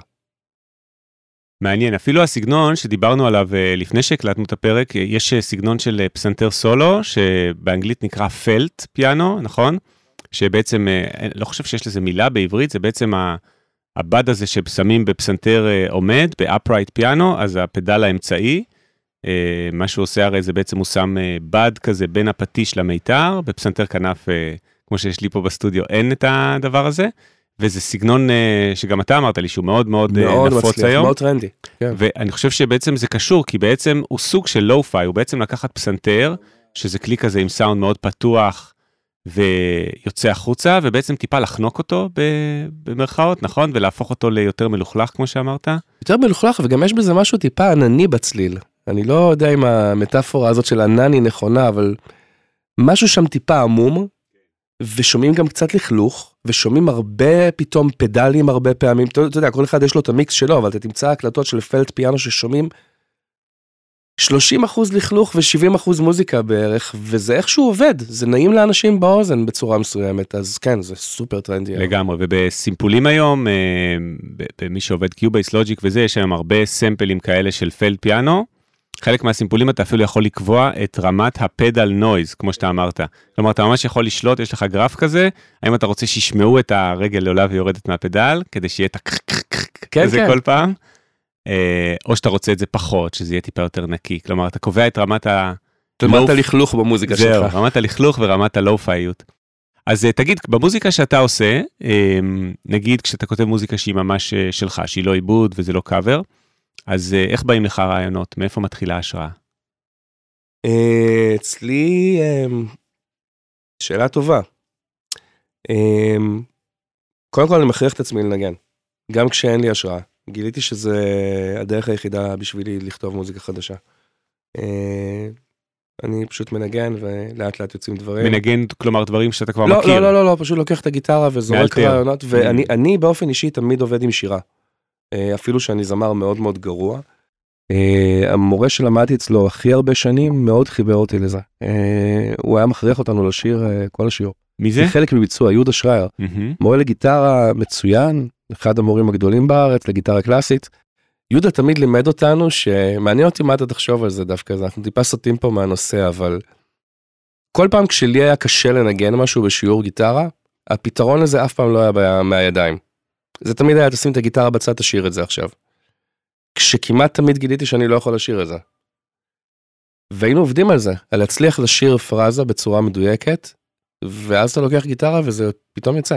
מעניין, אפילו הסגנון שדיברנו עליו לפני שהקלטנו את הפרק, יש סגנון של פסנתר סולו, שבאנגלית נקרא פלט פיאנו, נכון? שבעצם, לא חושב שיש לזה מילה בעברית, זה בעצם הבד הזה ששמים בפסנתר עומד, באפרייט פיאנו, אז הפדל האמצעי, מה שהוא עושה הרי זה בעצם הוא שם בד כזה בין הפטיש למיתר, בפסנתר כנף, כמו שיש לי פה בסטודיו, אין את הדבר הזה, וזה סגנון שגם אתה אמרת לי שהוא מאוד מאוד, מאוד נפוץ מצליח, היום. מאוד טרנדי. כן. ואני חושב שבעצם זה קשור, כי בעצם הוא סוג של לואו-פיי, הוא בעצם לקחת פסנתר, שזה כלי כזה עם סאונד מאוד פתוח, ויוצא החוצה, ובעצם טיפה לחנוק אותו במרכאות, נכון? ולהפוך אותו ליותר מלוכלך, כמו שאמרת. יותר מלוכלך, וגם יש בזה משהו טיפה ענני בצליל. אני לא יודע אם המטאפורה הזאת של ענני נכונה, אבל משהו שם טיפה עמום, ושומעים גם קצת לכלוך, ושומעים הרבה פתאום פדלים הרבה פעמים, אתה יודע, כל אחד יש לו את המיקס שלו, אבל אתה תמצא הקלטות של פלט פיאנו ששומעים שלושים אחוז לכלוך ו-שבעים אחוז מוזיקה בערך, וזה איכשהו עובד, זה נעים לאנשים באוזן בצורה מסוימת, אז כן, זה סופר טרנדי. לגמרי, ובסימפולים היום, במי שעובד קיובייס, לוג'יק וזה, יש היום הרבה סמפלים כאלה של פלט פיאנו, חלק מהסימפולים אתה אפילו יכול לקבוע את רמת הפדל נויז, כמו שאתה אמרת. כלומר, אתה ממש יכול לשלוט, יש לך גרף כזה, האם אתה רוצה שישמעו את הרגל עולה ויורדת מהפדל, כדי שיהיה את הקרק כזה כל פעם, או שאתה רוצה את זה פחות, שזה יהיה טיפה יותר נקי. כלומר, אתה קובע את רמת ה... רמת הלכלוך במוזיקה שלך. זהו, רמת הלכלוך ורמת הלואו-פייות. אז תגיד, במוזיקה שאתה עושה, נגיד כשאתה כותב מוזיקה שהיא ממש שלך, שהיא לא עיבוד וזה לא קאבר, אז איך באים לך רעיונות? מאיפה מתחילה ההשראה? אצלי, שאלה טובה. קודם כל אני מכריח את עצמי לנגן, גם כשאין לי השראה. גיליתי שזה הדרך היחידה בשבילי לכתוב מוזיקה חדשה. אני פשוט מנגן ולאט לאט יוצאים דברים. מנגן, כלומר דברים שאתה כבר לא, מכיר. לא, לא, לא, פשוט לוקח את הגיטרה וזורק רעיונות, ואני אני באופן אישי תמיד עובד עם שירה. אפילו שאני זמר מאוד מאוד גרוע. המורה שלמדתי אצלו הכי הרבה שנים מאוד חיבר אותי לזה. הוא היה מכריח אותנו לשיר כל השיעור. מי זה? חלק מביצוע, יהודה שרייר. מורה לגיטרה מצוין, אחד המורים הגדולים בארץ, לגיטרה קלאסית. יהודה תמיד לימד אותנו שמעניין אותי מה אתה תחשוב על זה דווקא, אנחנו טיפה סוטים פה מהנושא, אבל כל פעם כשלי היה קשה לנגן משהו בשיעור גיטרה, הפתרון לזה אף פעם לא היה מהידיים. זה תמיד היה, תשים את הגיטרה בצד, תשאיר את זה עכשיו. כשכמעט תמיד גיליתי שאני לא יכול לשיר את זה. והיינו עובדים על זה, על להצליח לשיר פרזה בצורה מדויקת, ואז אתה לוקח גיטרה וזה פתאום יצא.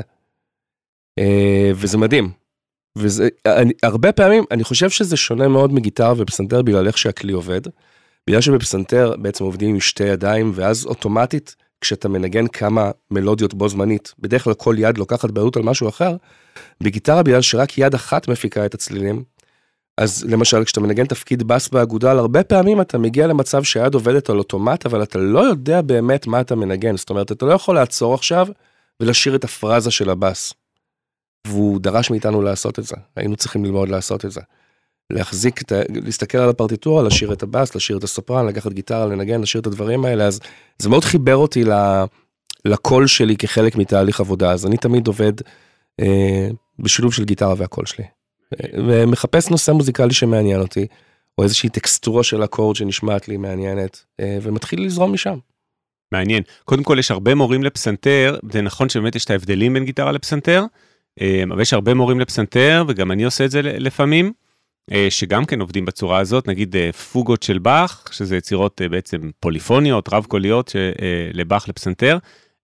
וזה מדהים. וזה, אני, הרבה פעמים, אני חושב שזה שונה מאוד מגיטרה ופסנתר בגלל איך שהכלי עובד, בגלל שבפסנתר בעצם עובדים עם שתי ידיים, ואז אוטומטית, כשאתה מנגן כמה מלודיות בו זמנית, בדרך כלל כל יד לוקחת בעלות על משהו אחר, בגיטרה בגלל שרק יד אחת מפיקה את הצלילים, אז למשל, כשאתה מנגן תפקיד בס באגודל, הרבה פעמים אתה מגיע למצב שהיד עובדת על אוטומט, אבל אתה לא יודע באמת מה אתה מנגן, זאת אומרת, אתה לא יכול לעצור עכשיו, ולשיר את הפרזה של הבס. והוא דרש מאיתנו לעשות את זה, היינו צריכים ללמוד לעשות את זה. להחזיק, להסתכל על הפרטיטורה, לשיר את הבס, לשיר את הסופרן, לקחת גיטרה, לנגן, לשיר את הדברים האלה, אז זה מאוד חיבר אותי לקול שלי כחלק מתהליך עבודה, אז אני תמיד עובד אה, בשילוב של גיטרה והקול שלי. ומחפש נושא מוזיקלי שמעניין אותי, או איזושהי טקסטורה של אקורד שנשמעת לי מעניינת, ומתחיל לזרום משם. מעניין. קודם כל, יש הרבה מורים לפסנתר, זה נכון שבאמת יש את ההבדלים בין גיטרה לפסנתר, אבל יש הרבה מורים לפסנתר, וגם אני עושה את זה לפעמים, שגם כן עובדים בצורה הזאת, נגיד פוגות של באך, שזה יצירות בעצם פוליפוניות, רב-קוליות לבאך לפסנתר,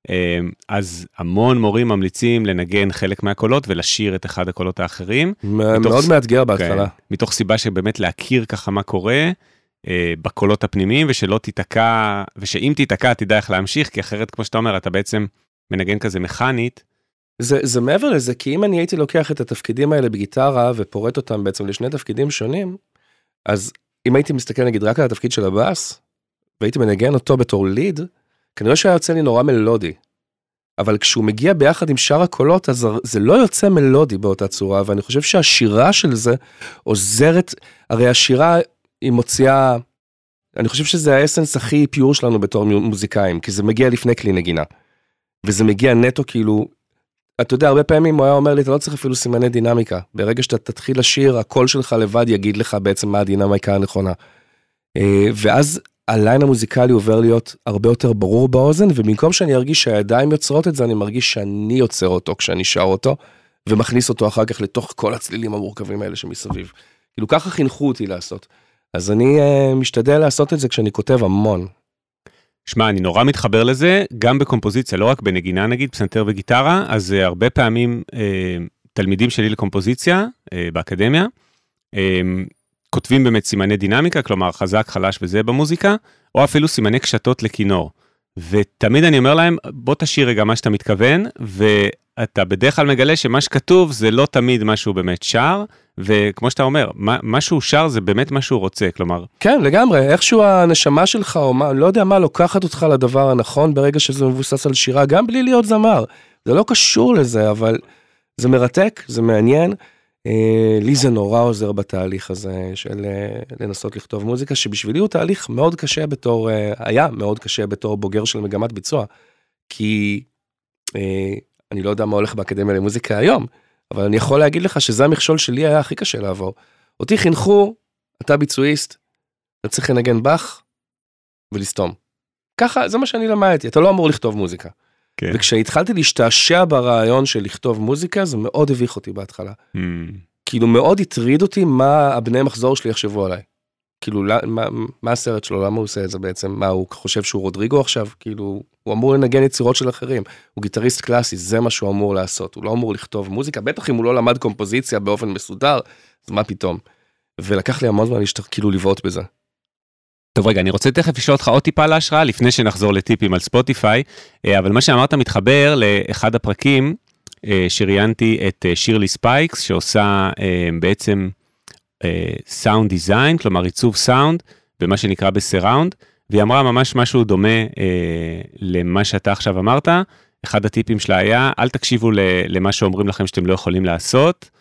אז המון מורים ממליצים לנגן חלק מהקולות ולשיר את אחד הקולות האחרים. מאוד מאתגר בהתחלה. מתוך סיבה שבאמת להכיר ככה מה קורה בקולות הפנימיים, ושלא תיתקע, ושאם תיתקע תדע איך להמשיך, כי אחרת כמו שאתה אומר, אתה בעצם מנגן כזה מכנית. זה, זה מעבר לזה, כי אם אני הייתי לוקח את התפקידים האלה בגיטרה, ופורט אותם בעצם לשני תפקידים שונים, אז אם הייתי מסתכל נגיד רק על התפקיד של הבאס, והייתי מנגן אותו בתור ליד, כנראה שהיה יוצא לי נורא מלודי, אבל כשהוא מגיע ביחד עם שאר הקולות, אז זה לא יוצא מלודי באותה צורה, ואני חושב שהשירה של זה עוזרת, הרי השירה היא מוציאה, אני חושב שזה האסנס הכי פיור שלנו בתור מוזיקאים, כי זה מגיע לפני כלי נגינה, וזה מגיע נטו כאילו, אתה יודע, הרבה פעמים הוא היה אומר לי, אתה לא צריך אפילו סימני דינמיקה, ברגע שאתה תתחיל לשיר, הקול שלך לבד יגיד לך בעצם מה הדינמיקה הנכונה, ואז הליין המוזיקלי עובר להיות הרבה יותר ברור באוזן, ובמקום שאני ארגיש שהידיים יוצרות את זה, אני מרגיש שאני יוצר אותו כשאני שר אותו, ומכניס אותו אחר כך לתוך כל הצלילים המורכבים האלה שמסביב. כאילו ככה חינכו אותי לעשות. אז אני uh, משתדל לעשות את זה כשאני כותב המון. שמע, אני נורא מתחבר לזה, גם בקומפוזיציה, לא רק בנגינה נגיד, פסנתר וגיטרה, אז uh, הרבה פעמים uh, תלמידים שלי לקומפוזיציה uh, באקדמיה, uh, כותבים באמת סימני דינמיקה, כלומר חזק, חלש וזה במוזיקה, או אפילו סימני קשתות לכינור. ותמיד אני אומר להם, בוא תשאיר רגע מה שאתה מתכוון, ואתה בדרך כלל מגלה שמה שכתוב זה לא תמיד משהו באמת שר, וכמו שאתה אומר, מה, מה שהוא שר זה באמת מה שהוא רוצה, כלומר... כן, לגמרי, איכשהו הנשמה שלך, או מה, לא יודע מה, לוקחת אותך לדבר הנכון, ברגע שזה מבוסס על שירה, גם בלי להיות זמר. זה לא קשור לזה, אבל זה מרתק, זה מעניין. לי זה נורא עוזר בתהליך הזה של לנסות לכתוב מוזיקה, שבשבילי הוא תהליך מאוד קשה בתור, היה מאוד קשה בתור בוגר של מגמת ביצוע, כי אני לא יודע מה הולך באקדמיה למוזיקה היום, אבל אני יכול להגיד לך שזה המכשול שלי היה הכי קשה לעבור. אותי חינכו, אתה ביצועיסט, אתה צריך לנגן באך ולסתום. ככה, זה מה שאני למדתי, אתה לא אמור לכתוב מוזיקה. כן. וכשהתחלתי להשתעשע ברעיון של לכתוב מוזיקה, זה מאוד הביך אותי בהתחלה. Mm. כאילו מאוד הטריד אותי מה הבני מחזור שלי יחשבו עליי. כאילו, מה, מה הסרט שלו, למה הוא עושה את זה בעצם? מה, הוא חושב שהוא רודריגו עכשיו? כאילו, הוא אמור לנגן יצירות של אחרים. הוא גיטריסט קלאסי, זה מה שהוא אמור לעשות. הוא לא אמור לכתוב מוזיקה, בטח אם הוא לא למד קומפוזיציה באופן מסודר, אז מה פתאום? ולקח לי המון זמן להשתר, כאילו לבעוט בזה. טוב רגע, אני רוצה תכף לשאול אותך עוד טיפה להשראה, לפני שנחזור לטיפים על ספוטיפיי, אבל מה שאמרת מתחבר לאחד הפרקים, שראיינתי את שירלי ספייקס, שעושה בעצם סאונד דיזיין, כלומר עיצוב סאונד, במה שנקרא בסראונד, והיא אמרה ממש משהו דומה למה שאתה עכשיו אמרת, אחד הטיפים שלה היה, אל תקשיבו למה שאומרים לכם שאתם לא יכולים לעשות,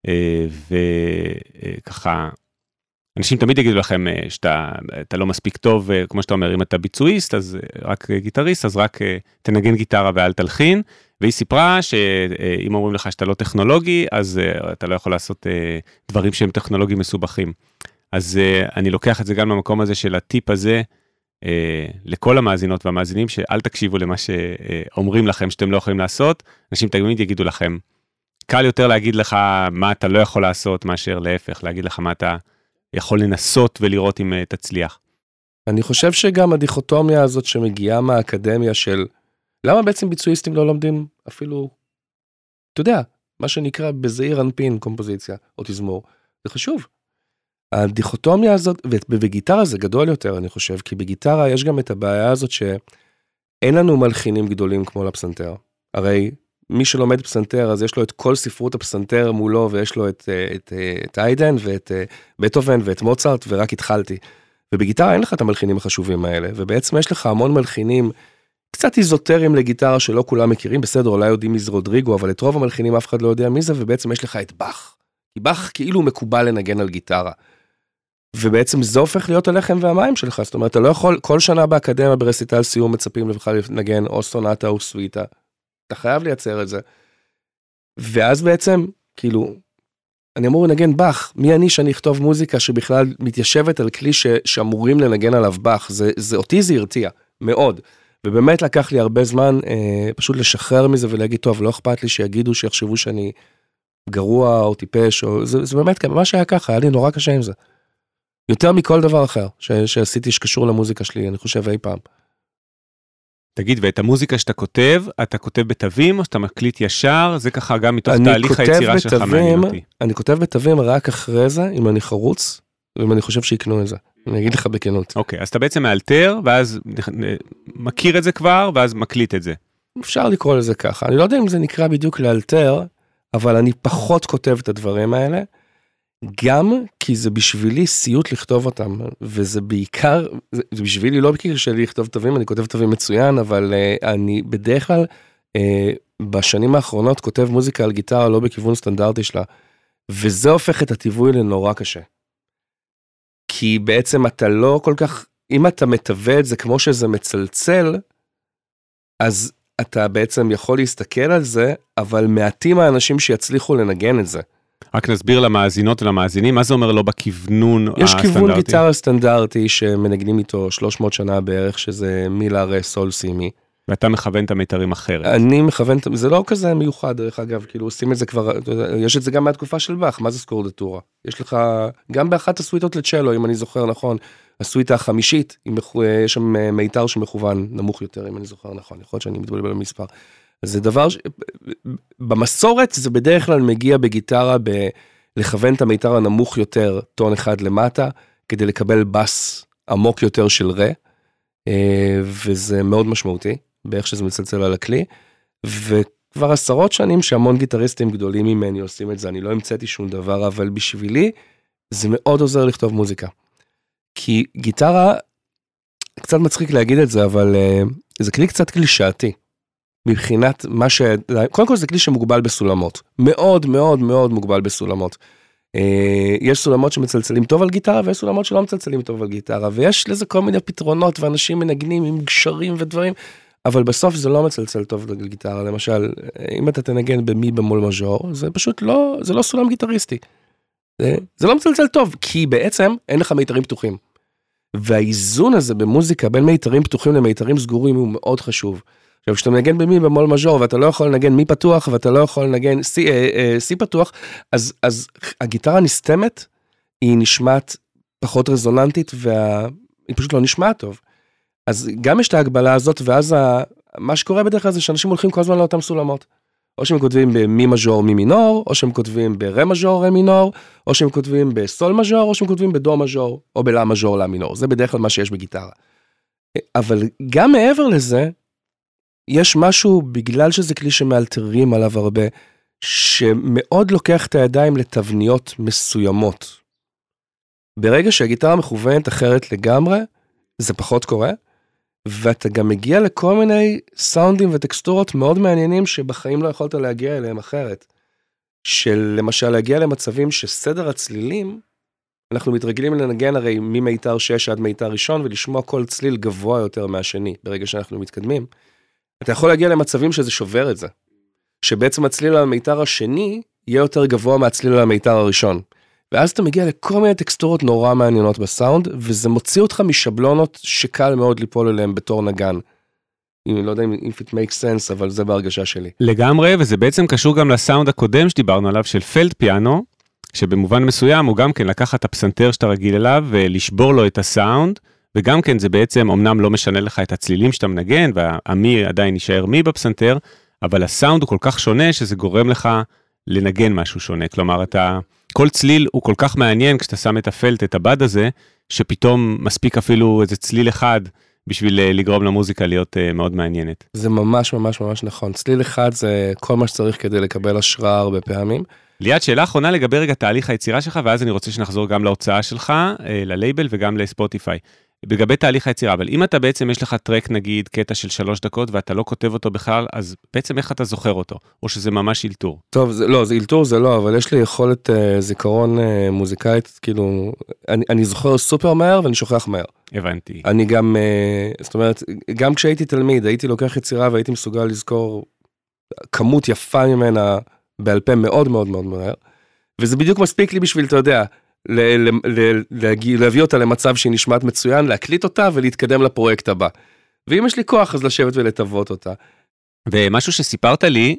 וככה, אנשים תמיד יגידו לכם שאתה אתה לא מספיק טוב, כמו שאתה אומר, אם אתה ביצועיסט, אז רק גיטריסט, אז רק תנגן גיטרה ואל תלחין, והיא סיפרה שאם אומרים לך שאתה לא טכנולוגי, אז אתה לא יכול לעשות דברים שהם טכנולוגיים מסובכים. אז אני לוקח את זה גם למקום הזה של הטיפ הזה, לכל המאזינות והמאזינים, שאל תקשיבו למה שאומרים לכם שאתם לא יכולים לעשות, אנשים תמיד יגידו לכם, קל יותר להגיד לך מה אתה לא יכול לעשות, מאשר להפך, להגיד לך מה אתה יכול לנסות ולראות אם תצליח. אני חושב שגם הדיכוטומיה הזאת שמגיעה מהאקדמיה של למה בעצם ביצועיסטים לא לומדים אפילו, אתה יודע, מה שנקרא בזעיר אנפין קומפוזיציה או תזמור, זה חשוב. הדיכוטומיה הזאת, ובגיטרה זה גדול יותר, אני חושב, כי בגיטרה יש גם את הבעיה הזאת שאין לנו מלחינים גדולים כמו לפסנתר. הרי מי שלומד פסנתר, אז יש לו את כל ספרות הפסנתר מולו, ויש לו את, את, את איידן, ואת בטהובן, ואת מוצרט, ורק התחלתי. ובגיטרה אין לך את המלחינים החשובים האלה, ובעצם יש לך המון מלחינים, קצת איזוטריים לגיטרה שלא כולם מכירים, בסדר, אולי יודעים מי זה רודריגו, אבל את רוב המלחינים אף אחד לא יודע מי זה, ובעצם יש לך את באך. כי באך כאילו מקובל לנגן על גיטרה. ובעצם זה הופך להיות הלחם והמים שלך, זאת אומרת, אתה לא יכול, כל שנה באקדמיה ברסיטל סיום מצפים לך לנגן או סונטה או סוויטה, אתה חייב לייצר את זה. ואז בעצם, כאילו, אני אמור לנגן באך, מי אני שאני אכתוב מוזיקה שבכלל מתיישבת על כלי ש, שאמורים לנגן עליו באך, זה, זה אותי זה הרתיע, מאוד. ובאמת לקח לי הרבה זמן אה, פשוט לשחרר מזה ולהגיד, טוב, לא אכפת לי שיגידו, שיחשבו שאני גרוע או טיפש, או, זה, זה באמת, ממש היה ככה, היה לי נורא קשה עם זה. יותר מכל דבר אחר ש, שעשיתי שקשור למוזיקה שלי, אני חושב אי פעם. תגיד, ואת המוזיקה שאתה כותב, אתה כותב בתווים, או שאתה מקליט ישר, זה ככה גם מתוך תהליך היצירה שלך מעניין אותי. אני כותב בתווים רק אחרי זה, אם אני חרוץ, ואם אני חושב שיקנו את זה. אני אגיד לך בכנות. אוקיי, אז אתה בעצם מאלתר, ואז מכיר את זה כבר, ואז מקליט את זה. אפשר לקרוא לזה ככה. אני לא יודע אם זה נקרא בדיוק לאלתר, אבל אני פחות כותב את הדברים האלה, גם כי זה בשבילי סיוט לכתוב אותם, וזה בעיקר, זה בשבילי לא בקיר שלי לכתוב תווים, אני כותב תווים מצוין, אבל uh, אני בדרך כלל, uh, בשנים האחרונות כותב מוזיקה על גיטרה לא בכיוון סטנדרטי שלה, וזה הופך את הטיווי לנורא קשה. כי בעצם אתה לא כל כך, אם אתה מתווה את זה כמו שזה מצלצל, אז אתה בעצם יכול להסתכל על זה, אבל מעטים האנשים שיצליחו לנגן את זה. רק נסביר למאזינות ולמאזינים, מה זה אומר לא בכיוונון הסטנדרטי? יש כיוון גיטרה סטנדרטי שמנגנים איתו שלוש מאות שנה בערך, שזה מילה רה סול סי מי. ואתה מכוון את המיתרים אחרת. אני מכוון, זה לא כזה מיוחד דרך אגב, כאילו עושים את זה כבר, יש את זה גם מהתקופה של באך, מה זה סקורדטורה? יש לך, גם באחת הסוויטות לצ'לו, אם אני זוכר נכון, הסוויטה החמישית, יש שם מיתר שמכוון נמוך יותר, אם אני זוכר נכון, יכול להיות שאני מתבלבל במספר. זה דבר, ש... במסורת זה בדרך כלל מגיע בגיטרה ב... לכוון את המיתר הנמוך יותר, טון אחד למטה, כדי לקבל בס עמוק יותר של רה, וזה מאוד משמעותי, באיך שזה מצלצל על הכלי, וכבר עשרות שנים שהמון גיטריסטים גדולים ממני עושים את זה, אני לא המצאתי שום דבר, אבל בשבילי זה מאוד עוזר לכתוב מוזיקה. כי גיטרה, קצת מצחיק להגיד את זה, אבל זה כלי קצת קלישאתי. מבחינת מה ש... קודם כל זה כלי שמוגבל בסולמות. מאוד מאוד מאוד מוגבל בסולמות. יש סולמות שמצלצלים טוב על גיטרה, ויש סולמות שלא מצלצלים טוב על גיטרה, ויש לזה כל מיני פתרונות, ואנשים מנגנים עם גשרים ודברים, אבל בסוף זה לא מצלצל טוב על גיטרה. למשל, אם אתה תנגן במי במול מז'ור, זה פשוט לא, זה לא סולם גיטריסטי. זה, זה לא מצלצל טוב, כי בעצם אין לך מיתרים פתוחים. והאיזון הזה במוזיקה בין מיתרים פתוחים למיתרים סגורים הוא מאוד חשוב. עכשיו, כשאתה מנגן במי במול מז'ור, ואתה לא יכול לנגן מי פתוח, ואתה לא יכול לנגן סי, אה, אה, סי פתוח, אז, אז הגיטרה נסתמת, היא נשמעת פחות רזוננטית, והיא פשוט לא נשמעת טוב. אז גם יש את ההגבלה הזאת, ואז ה... מה שקורה בדרך כלל זה שאנשים הולכים כל הזמן לאותם סולמות. או שהם כותבים במי מז'ור מי מינור, או שהם כותבים ברה מז'ור רה מינור, או שהם כותבים בסול מז'ור, או שהם כותבים בדו מז'ור, או בלה מז'ור לה מינור. זה בדרך כלל מה שיש בגיטרה. אבל גם מעבר לזה, יש משהו, בגלל שזה כלי שמאלתרים עליו הרבה, שמאוד לוקח את הידיים לתבניות מסוימות. ברגע שהגיטרה מכוונת אחרת לגמרי, זה פחות קורה, ואתה גם מגיע לכל מיני סאונדים וטקסטורות מאוד מעניינים, שבחיים לא יכולת להגיע אליהם אחרת. של למשל להגיע למצבים שסדר הצלילים, אנחנו מתרגלים לנגן הרי ממיתר שש עד מיתר ראשון, ולשמוע כל צליל גבוה יותר מהשני, ברגע שאנחנו מתקדמים. אתה יכול להגיע למצבים שזה שובר את זה. שבעצם הצליל על המיתר השני, יהיה יותר גבוה מהצליל על המיתר הראשון. ואז אתה מגיע לכל מיני טקסטורות נורא מעניינות בסאונד, וזה מוציא אותך משבלונות שקל מאוד ליפול אליהם בתור נגן. אני לא יודע אם it makes sense, אבל זה בהרגשה שלי. לגמרי, וזה בעצם קשור גם לסאונד הקודם שדיברנו עליו, של פלד פיאנו, שבמובן מסוים הוא גם כן לקחת את הפסנתר שאתה רגיל אליו, ולשבור לו את הסאונד, וגם כן זה בעצם, אמנם לא משנה לך את הצלילים שאתה מנגן, והמי עדיין יישאר מי בפסנתר, אבל הסאונד הוא כל כך שונה, שזה גורם לך לנגן משהו שונה. כלומר, אתה, כל צליל הוא כל כך מעניין, כשאתה שם את הפלט, את הבד הזה, שפתאום מספיק אפילו איזה צליל אחד, בשביל לגרום למוזיקה להיות מאוד מעניינת. זה ממש ממש ממש נכון. צליל אחד זה כל מה שצריך כדי לקבל השראה הרבה פעמים. ליד, שאלה אחרונה לגבי רגע תהליך היצירה שלך, ואז אני רוצה שנחזור גם להוצאה שלך, ללייבל וגם לספוטיפיי. לגבי תהליך היצירה, אבל אם אתה בעצם יש לך טרק נגיד, קטע של שלוש דקות, ואתה לא כותב אותו בכלל, אז בעצם איך אתה זוכר אותו? או שזה ממש אילתור? טוב, זה, לא, זה אילתור זה לא, אבל יש לי יכולת אה, זיכרון אה, מוזיקאית, כאילו, אני, אני זוכר סופר מהר ואני שוכח מהר. הבנתי. אני גם, אה, זאת אומרת, גם כשהייתי תלמיד, הייתי לוקח יצירה והייתי מסוגל לזכור כמות יפה ממנה בעל פה מאוד מאוד מאוד מהר, וזה בדיוק מספיק לי בשביל, אתה יודע, ל- ל- ל- להגיע, להביא אותה למצב שהיא נשמעת מצוין, להקליט אותה ולהתקדם לפרויקט הבא. ואם יש לי כוח, אז לשבת ולטוות אותה. ומשהו שסיפרת לי,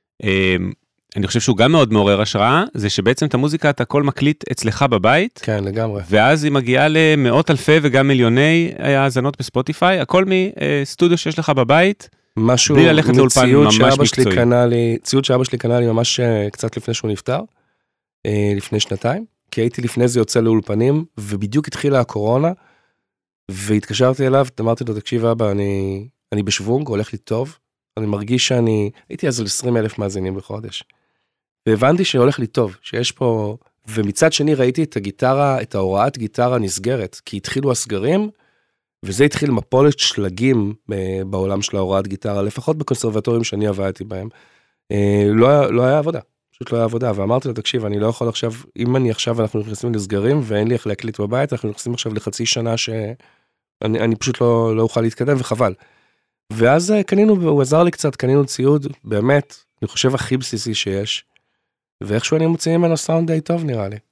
אני חושב שהוא גם מאוד מעורר השראה, זה שבעצם את המוזיקה אתה הכל מקליט אצלך בבית. כן, לגמרי. ואז היא מגיעה למאות אלפי וגם מיליוני האזנות בספוטיפיי, הכל מסטודיו שיש לך בבית, משהו בלי ללכת לאולפן ממש מקצועי. לי, ציוד שאבא שלי קנה לי ממש קצת לפני שהוא נפטר, לפני שנתיים, כי הייתי לפני זה יוצא לאולפנים, ובדיוק התחילה הקורונה, והתקשרתי אליו, אמרתי לו, תקשיב אבא, אני, אני בשוונג, הולך לי טוב, אני מרגיש שאני, הייתי אז על עשרים אלף מאזינים בחודש, והבנתי שהולך לי טוב, שיש פה, ומצד שני ראיתי את הגיטרה, את ההוראת גיטרה נסגרת, כי התחילו הסגרים, וזה התחיל מפולת שלגים בעולם של ההוראת גיטרה, לפחות בקונסרבטורים שאני עבדתי בהם, לא, לא היה עבודה. פשוט לא היה עבודה, ואמרתי לו, תקשיב, אני לא יכול עכשיו, אם אני עכשיו, אנחנו נכנסים לסגרים, ואין לי איך להקליט בבית, אנחנו נכנסים עכשיו לחצי שנה שאני אני פשוט לא, לא אוכל להתקדם, וחבל. ואז קנינו, הוא עזר לי קצת, קנינו ציוד, באמת, אני חושב הכי בסיסי שיש, ואיכשהו אני מוצאים ממנו סאונד די טוב, נראה לי.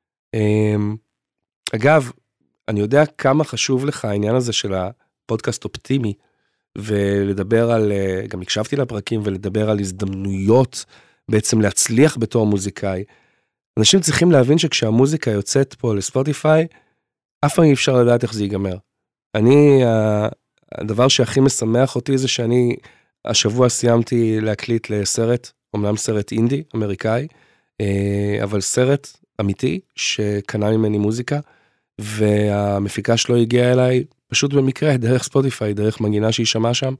אגב, אני יודע כמה חשוב לך העניין הזה של הפודקאסט אופטימי, ולדבר על, גם הקשבתי לפרקים, ולדבר על הזדמנויות, בעצם להצליח בתור מוזיקאי. אנשים צריכים להבין שכשהמוזיקה יוצאת פה לספוטיפיי, אף פעם אי אפשר לדעת איך זה ייגמר. אני, הדבר שהכי משמח אותי זה שאני, השבוע סיימתי להקליט לסרט, אומנם סרט אינדי, אמריקאי, אבל סרט אמיתי, שקנה ממני מוזיקה, והמפיקה שלו הגיעה אליי, פשוט במקרה, דרך ספוטיפיי, דרך מנגינה שהיא שמעה שם,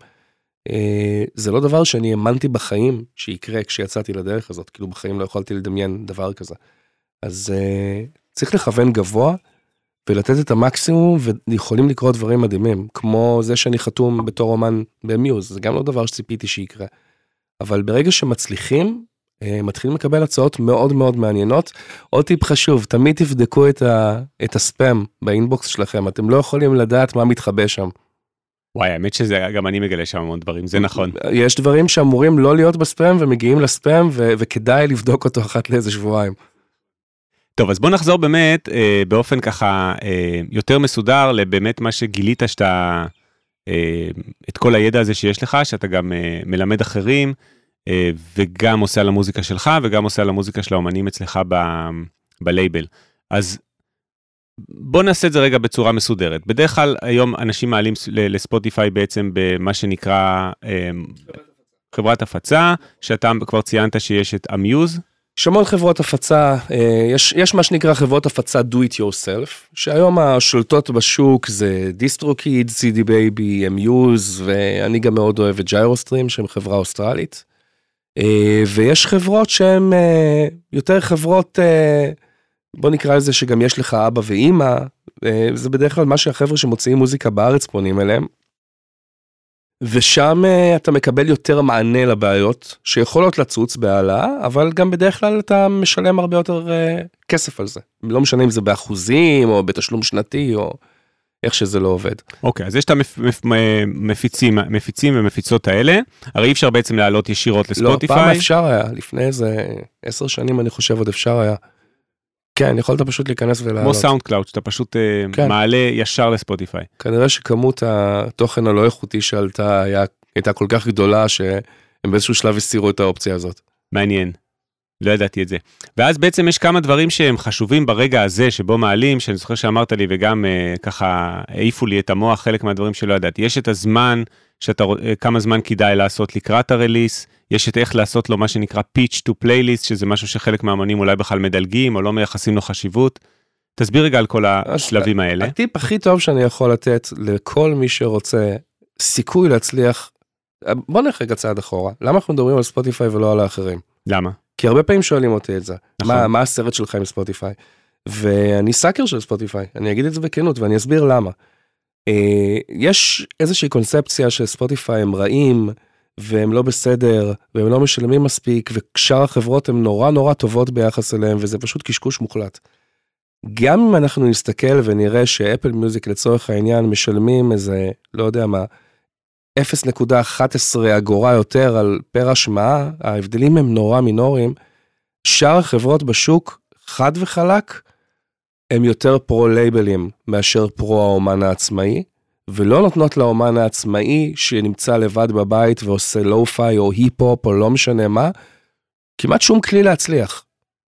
זה לא דבר שאני האמנתי בחיים שיקרה כשיצאתי לדרך הזאת, כאילו בחיים לא יכולתי לדמיין דבר כזה. אז צריך לכוון גבוה ולתת את המקסימום, ויכולים לקרות דברים מדהימים, כמו זה שאני חתום בתור אומן במיוז, זה גם לא דבר שציפיתי שיקרה. אבל ברגע שמצליחים, מתחילים לקבל הצעות מאוד מאוד מעניינות. עוד טיפ חשוב, תמיד תבדקו את, ה, את הספאם באינבוקס שלכם, אתם לא יכולים לדעת מה מתחבא שם. וואי, האמת שזה, גם אני מגלה שם המון דברים, זה נכון. יש דברים שאמורים לא להיות בספאם, ומגיעים לספאם, ו- וכדאי לבדוק אותו אחת לאיזה שבועיים. טוב, אז בוא נחזור באמת, אה, באופן ככה, אה, יותר מסודר, לבאמת מה שגילית שאתה, אה, את כל הידע הזה שיש לך, שאתה גם אה, מלמד אחרים, אה, וגם עושה על המוזיקה שלך, וגם עושה על המוזיקה של האומנים אצלך ב- בלייבל. אז, בוא נעשה את זה רגע בצורה מסודרת. בדרך כלל היום אנשים מעלים לספוטיפיי בעצם במה שנקרא חברת הפצה, שאתה כבר ציינת שיש את אמיוז. יש המון חברות הפצה, יש, יש מה שנקרא חברות הפצה do it yourself, שהיום השולטות בשוק זה דיסטרוקיד, סי די בייבי, אמיוז, ואני גם מאוד אוהב את ג'יירוסטרים, שהן חברה אוסטרלית. ויש חברות שהן יותר חברות... בוא נקרא לזה שגם יש לך אבא ואמא, זה בדרך כלל מה שהחבר'ה שמוציאים מוזיקה בארץ פונים אליהם, ושם אתה מקבל יותר מענה לבעיות, שיכולות לצוץ בהעלאה, אבל גם בדרך כלל אתה משלם הרבה יותר כסף על זה. לא משנה אם זה באחוזים, או בתשלום שנתי, או איך שזה לא עובד. אוקיי, אז יש את המפיצים, מפיצים ומפיצות האלה, הרי אי אפשר בעצם לעלות ישירות לספוטיפיי. לא, פעם אפשר היה, לפני איזה עשר שנים אני חושב עוד אפשר היה. כן, יכולת פשוט להיכנס ולעלות. כמו סאונד קלאוד, שאתה פשוט כן. מעלה ישר לספוטיפיי. כנראה שכמות התוכן הלא איכותי שעלתה היה, הייתה כל כך גדולה, שהם באיזשהו שלב הסירו את האופציה הזאת. מעניין. לא ידעתי את זה. ואז בעצם יש כמה דברים שהם חשובים ברגע הזה, שבו מעלים, שאני זוכר שאמרת לי, וגם uh, ככה העיפו לי את המוח, חלק מהדברים שלא ידעתי. יש את הזמן, שאתה, כמה זמן כדאי לעשות לקראת הרליס, יש את איך לעשות לו מה שנקרא pitch to playlist, שזה משהו שחלק מהאמנים אולי בכלל מדלגים, או לא מייחסים לו חשיבות. תסביר רגע על כל השלבים האלה. הטיפ הכי טוב שאני יכול לתת לכל מי שרוצה סיכוי להצליח, בוא נלך רגע צעד אחורה. למה אנחנו מדברים על ספוטיפיי ולא על האחרים? למה? כי הרבה פעמים שואלים אותי את זה. נכון. מה, מה הסרט שלך עם ספוטיפיי? ואני סאקר של ספוטיפיי, אני אגיד את זה בכנות ואני אסביר למה. יש איזושהי קונספציה שספוטיפיי הם רעים, והם לא בסדר, והם לא משלמים מספיק, ושאר החברות הן נורא נורא טובות ביחס אליהם, וזה פשוט קשקוש מוחלט. גם אם אנחנו נסתכל ונראה שאפל מיוזיק לצורך העניין משלמים איזה, לא יודע מה, אפס נקודה אחת עשרה אגורה יותר על פר השמעה, ההבדלים הם נורא מינוריים, שאר החברות בשוק, חד וחלק, הם יותר פרו-לייבלים מאשר פרו-האומן העצמאי, ולא נותנות לאומן העצמאי שנמצא לבד בבית ועושה לואו-פיי או היפ-הופ או לא משנה מה, כמעט שום כלי להצליח.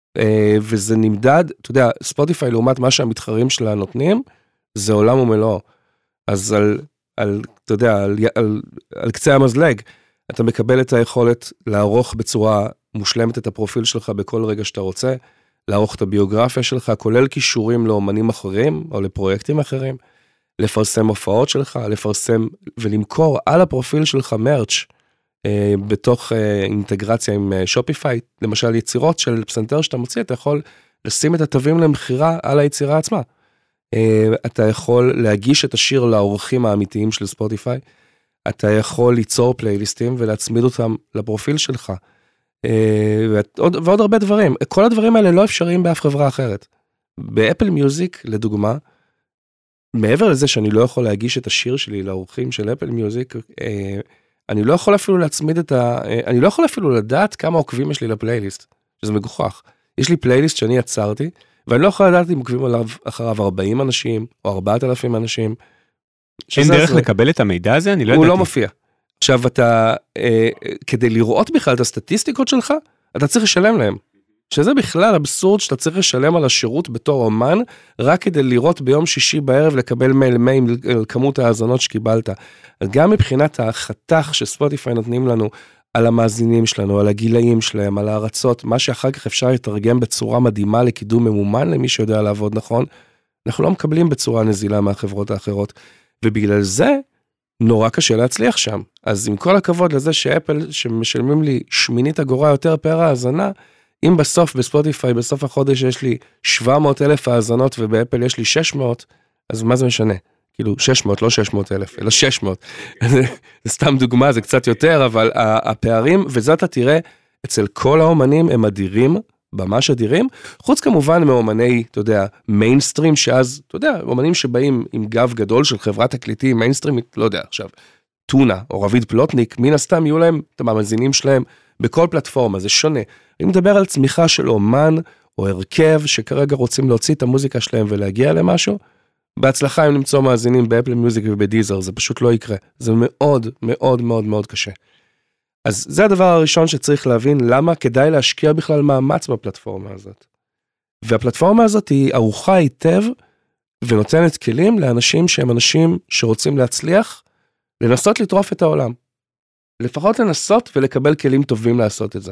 וזה נמדד, אתה יודע, ספוטיפיי לעומת מה שהמתחרים שלה נותנים, זה עולם ומלואו. אז על, על, אתה יודע, על, על, על קצה המזלג, אתה מקבל את היכולת לערוך בצורה מושלמת את הפרופיל שלך בכל רגע שאתה רוצה, לערוך את הביוגרפיה שלך, כולל קישורים לאומנים אחרים או לפרויקטים אחרים, לפרסם הופעות שלך, לפרסם ולמכור על הפרופיל שלך מרץ' אה, בתוך אה, אינטגרציה עם אה, שופיפיי, למשל יצירות של פסנתר שאתה מוציא, אתה יכול לשים את התווים למחירה על היצירה עצמה. אה, אתה יכול להגיש את השיר לאורחים האמיתיים של ספוטיפיי, אתה יכול ליצור פלייליסטים ולהצמיד אותם לפרופיל שלך, אה, ועוד, ועוד הרבה דברים. כל הדברים האלה לא אפשריים באף חברה אחרת. באפל מיוזיק, לדוגמה, מעבר לזה שאני לא יכול להגיש את השיר שלי לאורחים של אפל מיוזיק, אני לא יכול אפילו להצמיד את ה... אני לא יכול אפילו לדעת כמה עוקבים יש לי לפלייליסט, שזה מגוחך. יש לי פלייליסט שאני יצרתי, ואני לא יכול לדעת אם עוקבים עליו אחריו ארבעים אנשים, או ארבעת אלפים אנשים. אין דרך לקבל את המידע הזה? אני לא ידעתי. הוא לא מופיע. עכשיו אתה, כדי לראות בכלל את הסטטיסטיקות שלך, אתה צריך לשלם להם. שזה בכלל אבסורד שאתה צריך לשלם על השירות בתור אומן, רק כדי לראות ביום שישי בערב לקבל מייל מייל על כמות ההאזנות שקיבלת. גם מבחינת החתך שספוטיפיי נותנים לנו על המאזינים שלנו, על הגילאים שלהם, על הארצות, מה שאחר כך אפשר לתרגם בצורה מדהימה לקידום ממומן למי שיודע לעבוד נכון, אנחנו לא מקבלים בצורה נזילה מהחברות האחרות, ובגלל זה נורא קשה להצליח שם. אז עם כל הכבוד לזה שאפל שמשלמים לי שמינית אגורה יותר פר האזנה, אם בסוף בספוטיפיי, בסוף החודש יש לי שבע מאות אלף האזנות ובאפל יש לי שש מאות, אז מה זה משנה? כאילו שש מאות, לא שש מאות אלף, אלא שש מאות. זה סתם דוגמה, זה קצת יותר, אבל הפערים, וזה אתה תראה, אצל כל האומנים הם אדירים, ממש אדירים, חוץ כמובן מאומני, אתה יודע, מיינסטרים, שאז, אתה יודע, אומנים שבאים עם גב גדול של חברת תקליטים, מיינסטרים, לא יודע, עכשיו, טונה או רביד פלוטניק, מן הסתם יהיו להם את המאזינים שלהם בכל פלטפורמה, זה שונה. אני מדבר על צמיחה של אומן או הרכב שכרגע רוצים להוציא את המוזיקה שלהם ולהגיע למשהו, בהצלחה אם נמצוא מאזינים באפל מיוזיק ובדיזר, זה פשוט לא יקרה. זה מאוד מאוד מאוד מאוד קשה. אז זה הדבר הראשון שצריך להבין, למה כדאי להשקיע בכלל מאמץ בפלטפורמה הזאת. והפלטפורמה הזאת היא ערוכה היטב ונותנת כלים לאנשים שהם אנשים שרוצים להצליח, לנסות לטרוף את העולם. לפחות לנסות ולקבל כלים טובים לעשות את זה.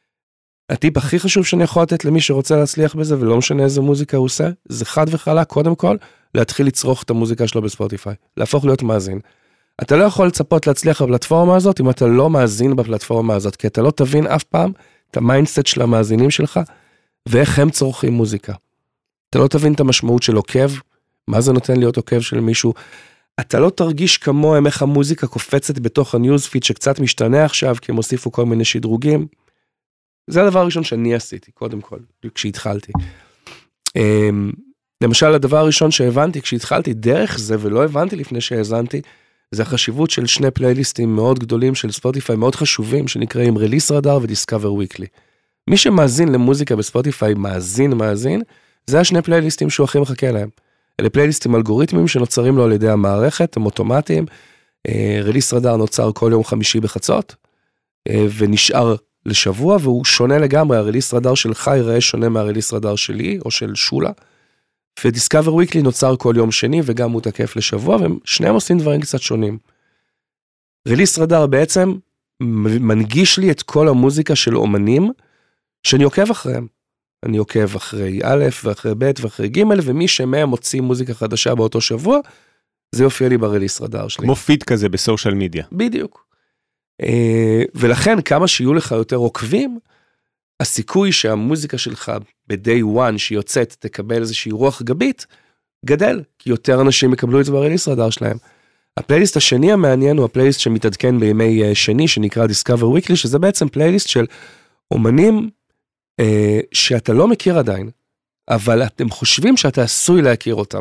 הטיפ הכי חשוב שאני יכול לתת למי שרוצה להצליח בזה, ולא משנה איזה מוזיקה הוא עושה, זה חד וחלק, קודם כל, להתחיל לצרוך את המוזיקה שלו בספוטיפיי, להפוך להיות מאזין. אתה לא יכול לצפות להצליח בפלטפורמה הזאת, אם אתה לא מאזין בפלטפורמה הזאת, כי אתה לא תבין אף פעם את המיינדסט של המאזינים שלך, ואיך הם צורכים מוזיקה. אתה לא תבין את המשמעות של עוקב, מה זה נותן להיות עוקב של מישהו, אתה לא תרגיש כמוהם איך המוזיקה קופצת בתוך הניוזפיד שקצת משתנה עכשיו, כי הם הוסיפו כל מיני שדרוגים. זה הדבר הראשון שאני עשיתי, קודם כל, כשהתחלתי. למשל, הדבר הראשון שהבנתי כשהתחלתי דרך זה, ולא הבנתי לפני שהאזנתי, זה החשיבות של שני פלייליסטים מאוד גדולים של ספוטיפיי, מאוד חשובים, שנקראים רליס רדאר ודיסקאבר וויקלי. מי שמאזין למוזיקה בספוטיפיי, מאזין, מאזין, זה השני פלייליסטים שהוא הכי מחכה להם. אלה פלייליסטים אלגוריתמים שנוצרים לו על ידי המערכת, הם אוטומטיים. רליס רדאר נוצר כל יום חמישי בחצות, ונשאר לשבוע, והוא שונה לגמרי, הרליס רדאר שלך יראה שונה מהרליס רדאר שלי, או של שולה, ודיסקאבר וויקלי נוצר כל יום שני, וגם הוא תקף לשבוע, ושניהם עושים דברים קצת שונים. רליס רדאר בעצם מנגיש לי את כל המוזיקה של אומנים, שאני עוקב אחריהם. אני עוקב אחרי א' ואחרי ב' ואחרי ג', ומי שמהם מוציא מוזיקה חדשה באותו שבוע, זה יופיע לי ברליס רדאר שלי. כמו פיד כזה בסושיאל מדיה. בדיוק. ולכן כמה שיהיו לך יותר עוקבים, הסיכוי שהמוזיקה שלך ב-day one שיוצאת תקבל איזושהי רוח גבית, גדל, כי יותר אנשים יקבלו את זה ברליס רדאר שלהם. הפלייליסט השני המעניין הוא הפלייליסט שמתעדכן בימי שני, שנקרא Discover Weekly, שזה בעצם פלייליסט של אומנים אה, שאתה לא מכיר עדיין, אבל אתם חושבים שאתה עשוי להכיר אותם.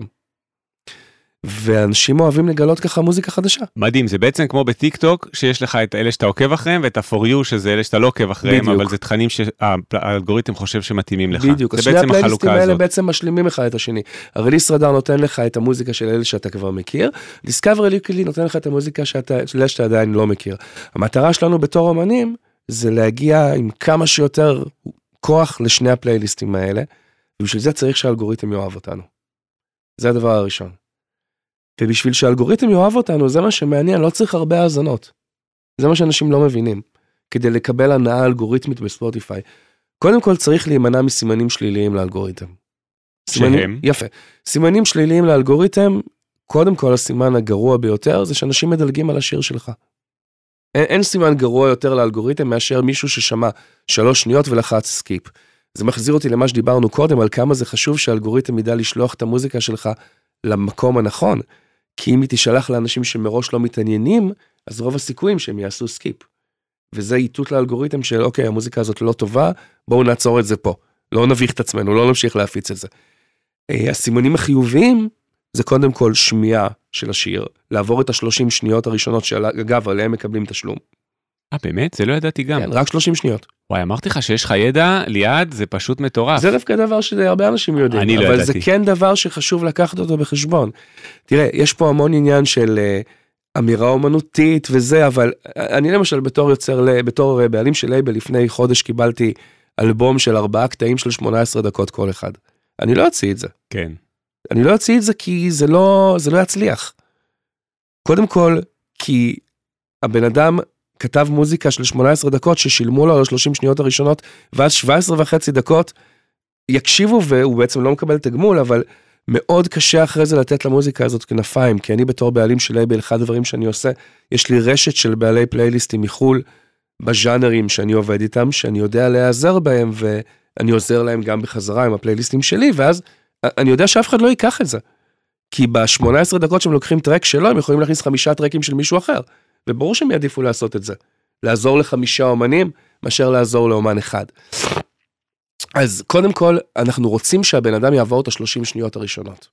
ואנשים אוהבים לגלות ככה מוזיקה חדשה. מדהים, זה בעצם כמו בטיק טוק, שיש לך את אלה שאתה עוקב אחריהם, ואת ה-for you, שזה אלה שאתה לא עוקב אחריהם, בדיוק. אבל זה תכנים שהאלגוריתם חושב שמתאימים לך. בדיוק, אז שני הפלייליסטים האלה בעצם משלימים לך את השני. הרליס רדאר נותן לך את המוזיקה של אלה שאתה כבר מכיר, דיסקאבר וויקלי נותן לך את המוזיקה שאתה, של אלה שאתה עדיין לא מכיר. המטרה שלנו בתור אמנים, זה להגיע עם כמה שיותר כוח לשני הפלייליסטים האלה, ובשביל זה צריך שהאלגוריתם יאהב אותנו. זה הדבר הראשון. ובשביל שהאלגוריתם יאהב אותנו, זה מה שמעניין, לא צריך הרבה האזנות. זה מה שאנשים לא מבינים, כדי לקבל הנאה אלגוריתמית בספוטיפיי. קודם כל צריך להימנע מסימנים שליליים לאלגוריתם. סימנים, שהם? יפה. סימנים שליליים לאלגוריתם, קודם כל הסימן הגרוע ביותר, זה שאנשים מדלגים על השיר שלך. אין, אין סימן גרוע יותר לאלגוריתם, מאשר מישהו ששמע שלוש שניות ולחץ סקיפ. זה מחזיר אותי למה שדיברנו קודם, על כמה זה חשוב שהאלגוריתם ידע לשלוח את המוזיקה שלך למקום הנכון, כי אם היא תשלח לאנשים שמראש לא מתעניינים, אז רוב הסיכויים שהם יעשו סקיפ. וזה איתות לאלגוריתם של, אוקיי, המוזיקה הזאת לא טובה, בואו נעצור את זה פה. לא נביך את עצמנו, לא נמשיך להפיץ את זה. הסימונים החיוביים, זה קודם כל שמיעה של השיר, לעבור את השלושים שניות הראשונות, שאגב, עליהם מקבלים תשלום. אה, באמת? זה לא ידעתי גם. כן, רק שלושים שניות. וואי, אמרתי לך שיש לך ידע ליד, זה פשוט מטורף. זה דווקא דבר שהרבה אנשים יודעים, אני לא אבל ידעתי. זה כן דבר שחשוב לקחת אותו בחשבון. תראה, יש פה המון עניין של uh, אמירה אומנותית וזה, אבל אני למשל בתור יוצר, בתור בעלים של לייבל, לפני חודש קיבלתי אלבום של ארבעה קטעים של שמונה עשרה דקות כל אחד. אני לא אציע את זה. כן. אני לא אציע את זה כי זה לא, זה לא יצליח. קודם כל, כי הבן אדם כתב מוזיקה של שמונה עשרה דקות ששילמו לו על שלושים שניות הראשונות, ואז שבע עשרה וחצי דקות יקשיבו, והוא בעצם לא מקבל תגמול, אבל מאוד קשה אחרי זה לתת למוזיקה הזאת כנפיים, כי אני בתור בעלים של לייבל, אחד הדברים שאני עושה, יש לי רשת של בעלי פלייליסטים מחול, בז'אנרים שאני עובד איתם, שאני יודע להיעזר בהם, ואני עוזר להם גם בחזרה עם הפלייליסטים שלי, ואז אני יודע שאף אחד לא ייקח את זה, כי ב-שמונה עשרה דקות שהם לוקחים טרק שלו, הם יכולים להכניס חמישה טרקים של מישהו אחר, וברור שהם יעדיפו לעשות את זה, לעזור לחמישה אומנים, מאשר לעזור לאומן אחד. אז קודם כל, אנחנו רוצים שהבן אדם יעבור את השלושים שניות הראשונות.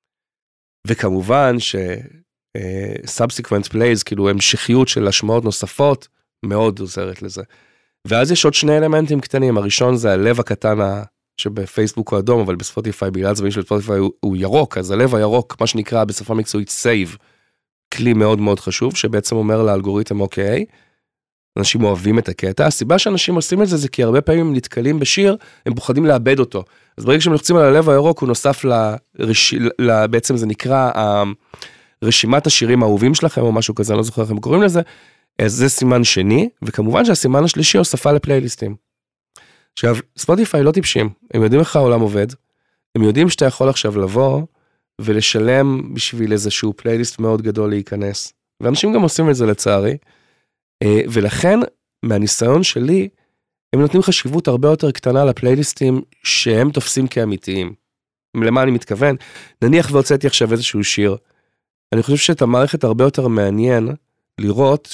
וכמובן ש-subsequent plays, כאילו המשכיות של השמעות נוספות, מאוד עוזרת לזה. ואז יש עוד שני אלמנטים קטנים, הראשון זה הלב הקטן שבפייסבוק הוא אדום, אבל בספוטיפיי, בגלל צבעים של ספוטיפיי הוא, הוא ירוק, אז הלב הירוק, מה שנקרא בשפה מקצועית save, כלי מאוד מאוד חשוב, שבעצם אומר לאלגוריתם, אוקיי, אנשים אוהבים את הקטע, הסיבה שאנשים עושים את זה, זה כי הרבה פעמים הם נתקלים בשיר, הם פוחדים לאבד אותו, אז ברגע שהם לוחצים על הלב הירוק, הוא נוסף לרש... ל... בעצם זה נקרא, רשימת השירים האהובים שלכם, או משהו כזה, אני לא זוכר איך הם קוראים לזה, אז זה סימן שני, וכמובן שהסימן השלישי הוספה לפלייליסטים. עכשיו, ספוטיפיי לא טיפשים, הם יודעים איך העולם עובד, הם יודעים שאתה יכול עכשיו לבוא, ולשלם בשביל איזשהו פלייליסט מאוד גדול להיכנס, ואנשים גם עושים את זה לצערי, ולכן, מהניסיון שלי, הם נותנים חשיבות הרבה יותר קטנה לפלייליסטים שהם תופסים כאמיתיים. למה אני מתכוון? נניח והוצאתי עכשיו איזשהו שיר, אני חושב שאת המערכת הרבה יותר מעניין לראות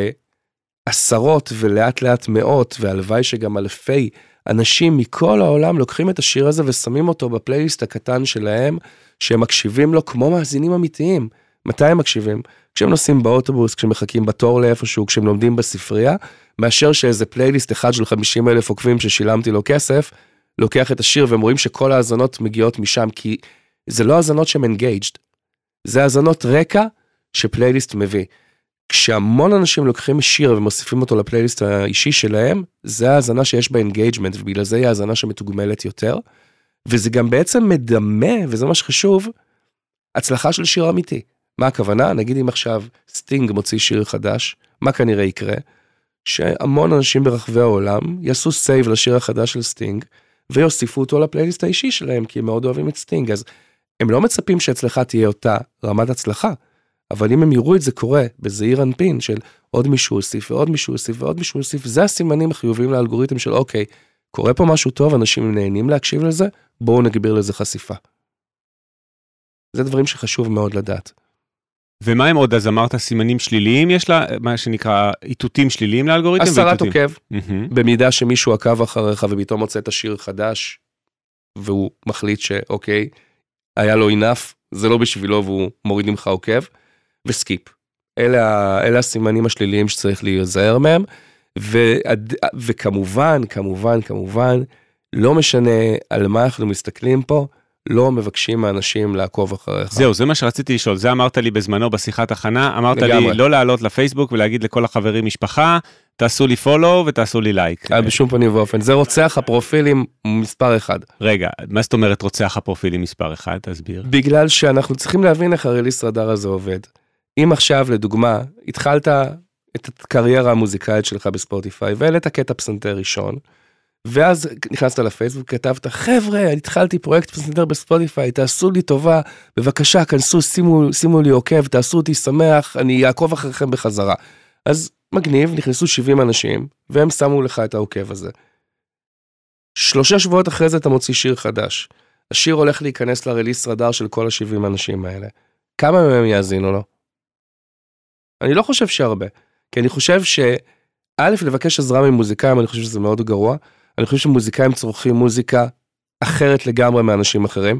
שעשרות ולאט לאט מאות, והלוואי שגם אלפי אנשים מכל העולם לוקחים את השיר הזה ושמים אותו בפלייליסט הקטן שלהם, שהם מקשיבים לו כמו מאזינים אמיתיים. מתי הם מקשיבים? כשהם נוסעים באוטובוס, כשהם מחכים בתור לאיפשהו, כשהם לומדים בספרייה, מאשר שאיזה פלייליסט אחד של חמישים אלף עוקבים ששילמתי לו כסף, לוקח את השיר והם רואים שכל האזנות מגיעות משם, כי זה לא האזנות שהן engaged, זה האזנות רקע שפלייליסט מביא. כשהמון אנשים לוקחים שיר ומוסיפים אותו לפלייליסט האישי שלהם, זה ההזנה שיש בה אינגייג'מנט, ובגלל זה היא ההזנה שמתוגמלת יותר, וזה גם בעצם מדמה, וזה מה שחשוב, הצלחה של שיר אמיתי. מה הכוונה? נגיד אם עכשיו סטינג מוציא שיר חדש, מה כנראה יקרה? שהמון אנשים ברחבי העולם יעשו סייב לשיר החדש של סטינג, ויוסיפו אותו לפלייליסט האישי שלהם, כי הם מאוד אוהבים את סטינג, אז הם לא מצפים שהצלחה תהיה אותה רמת הצלחה, אבל אם הם יראו את זה קורה בזעיר אנפין של עוד מישהו הוסיף ועוד מישהו הוסיף ועוד מישהו הוסיף, זה הסימנים החיוביים לאלגוריתם של אוקיי, קורה פה משהו טוב, אנשים נהנים להקשיב לזה, בואו נגביר לזה חשיפה. זה דברים שחשוב מאוד לדעת. ומה הם עוד? אז אמרת סימנים שליליים, יש לה מה שנקרא איתותים שליליים לאלגוריתם? הסרת עוקב, במידה שמישהו עקב אחריך ופתאום מוצא את השיר חדש, והוא מחליט שאוקיי, היה לו enough, זה לא בשבילו והוא מוריד ממך עוקב, וסקיפ. אלה, אלה הסימנים השליליים שצריך להיזהר מהם, ו, וכמובן, כמובן, כמובן, לא משנה על מה אנחנו מסתכלים פה, לא מבקשים מהאנשים לעקוב אחריך. זהו, זה מה שרציתי לשאול, זה אמרת לי בזמנו בשיחת הכנה, אמרת לגמרי. לי לא לעלות לפייסבוק ולהגיד לכל החברים משפחה, תעשו לי פולו ותעשו לי לייק. בשום פנים ואופן, זה רוצח הפרופילים מספר אחד. רגע, מה זאת אומרת רוצח הפרופילים מספר אחד? תסביר. בגלל שאנחנו צריכים להבין איך הרליס רדאר הזה עובד. אם עכשיו, לדוגמה, התחלת את הקריירה המוזיקאית שלך בספוטיפיי, והעלית קטע פסנתר ראשון, ואז נכנסת לפייסבוק, כתבת, חבר'ה, התחלתי פרויקט פסנתר בספוטיפיי, תעשו לי טובה, בבקשה, כנסו, שימו, שימו לי עוקב, תעשו אותי שמח, אני אעקוב אחריכם בחזרה. אז מגניב, נכנסו שבעים אנשים, והם שמו לך את העוקב הזה. שלושה שבועות אחרי זה אתה מוציא שיר חדש. השיר הולך להיכנס לרליס רדאר של כל ה-שבעים אנשים האלה. כמה מהם יאזינו לו? אני לא חושב שהרבה, כי אני חושב שא' לבקש עזרה ממוזיקאים, אני חושב שזה מאוד גרוע, אני חושב שמוזיקאים צורכים מוזיקה אחרת לגמרי מאנשים אחרים.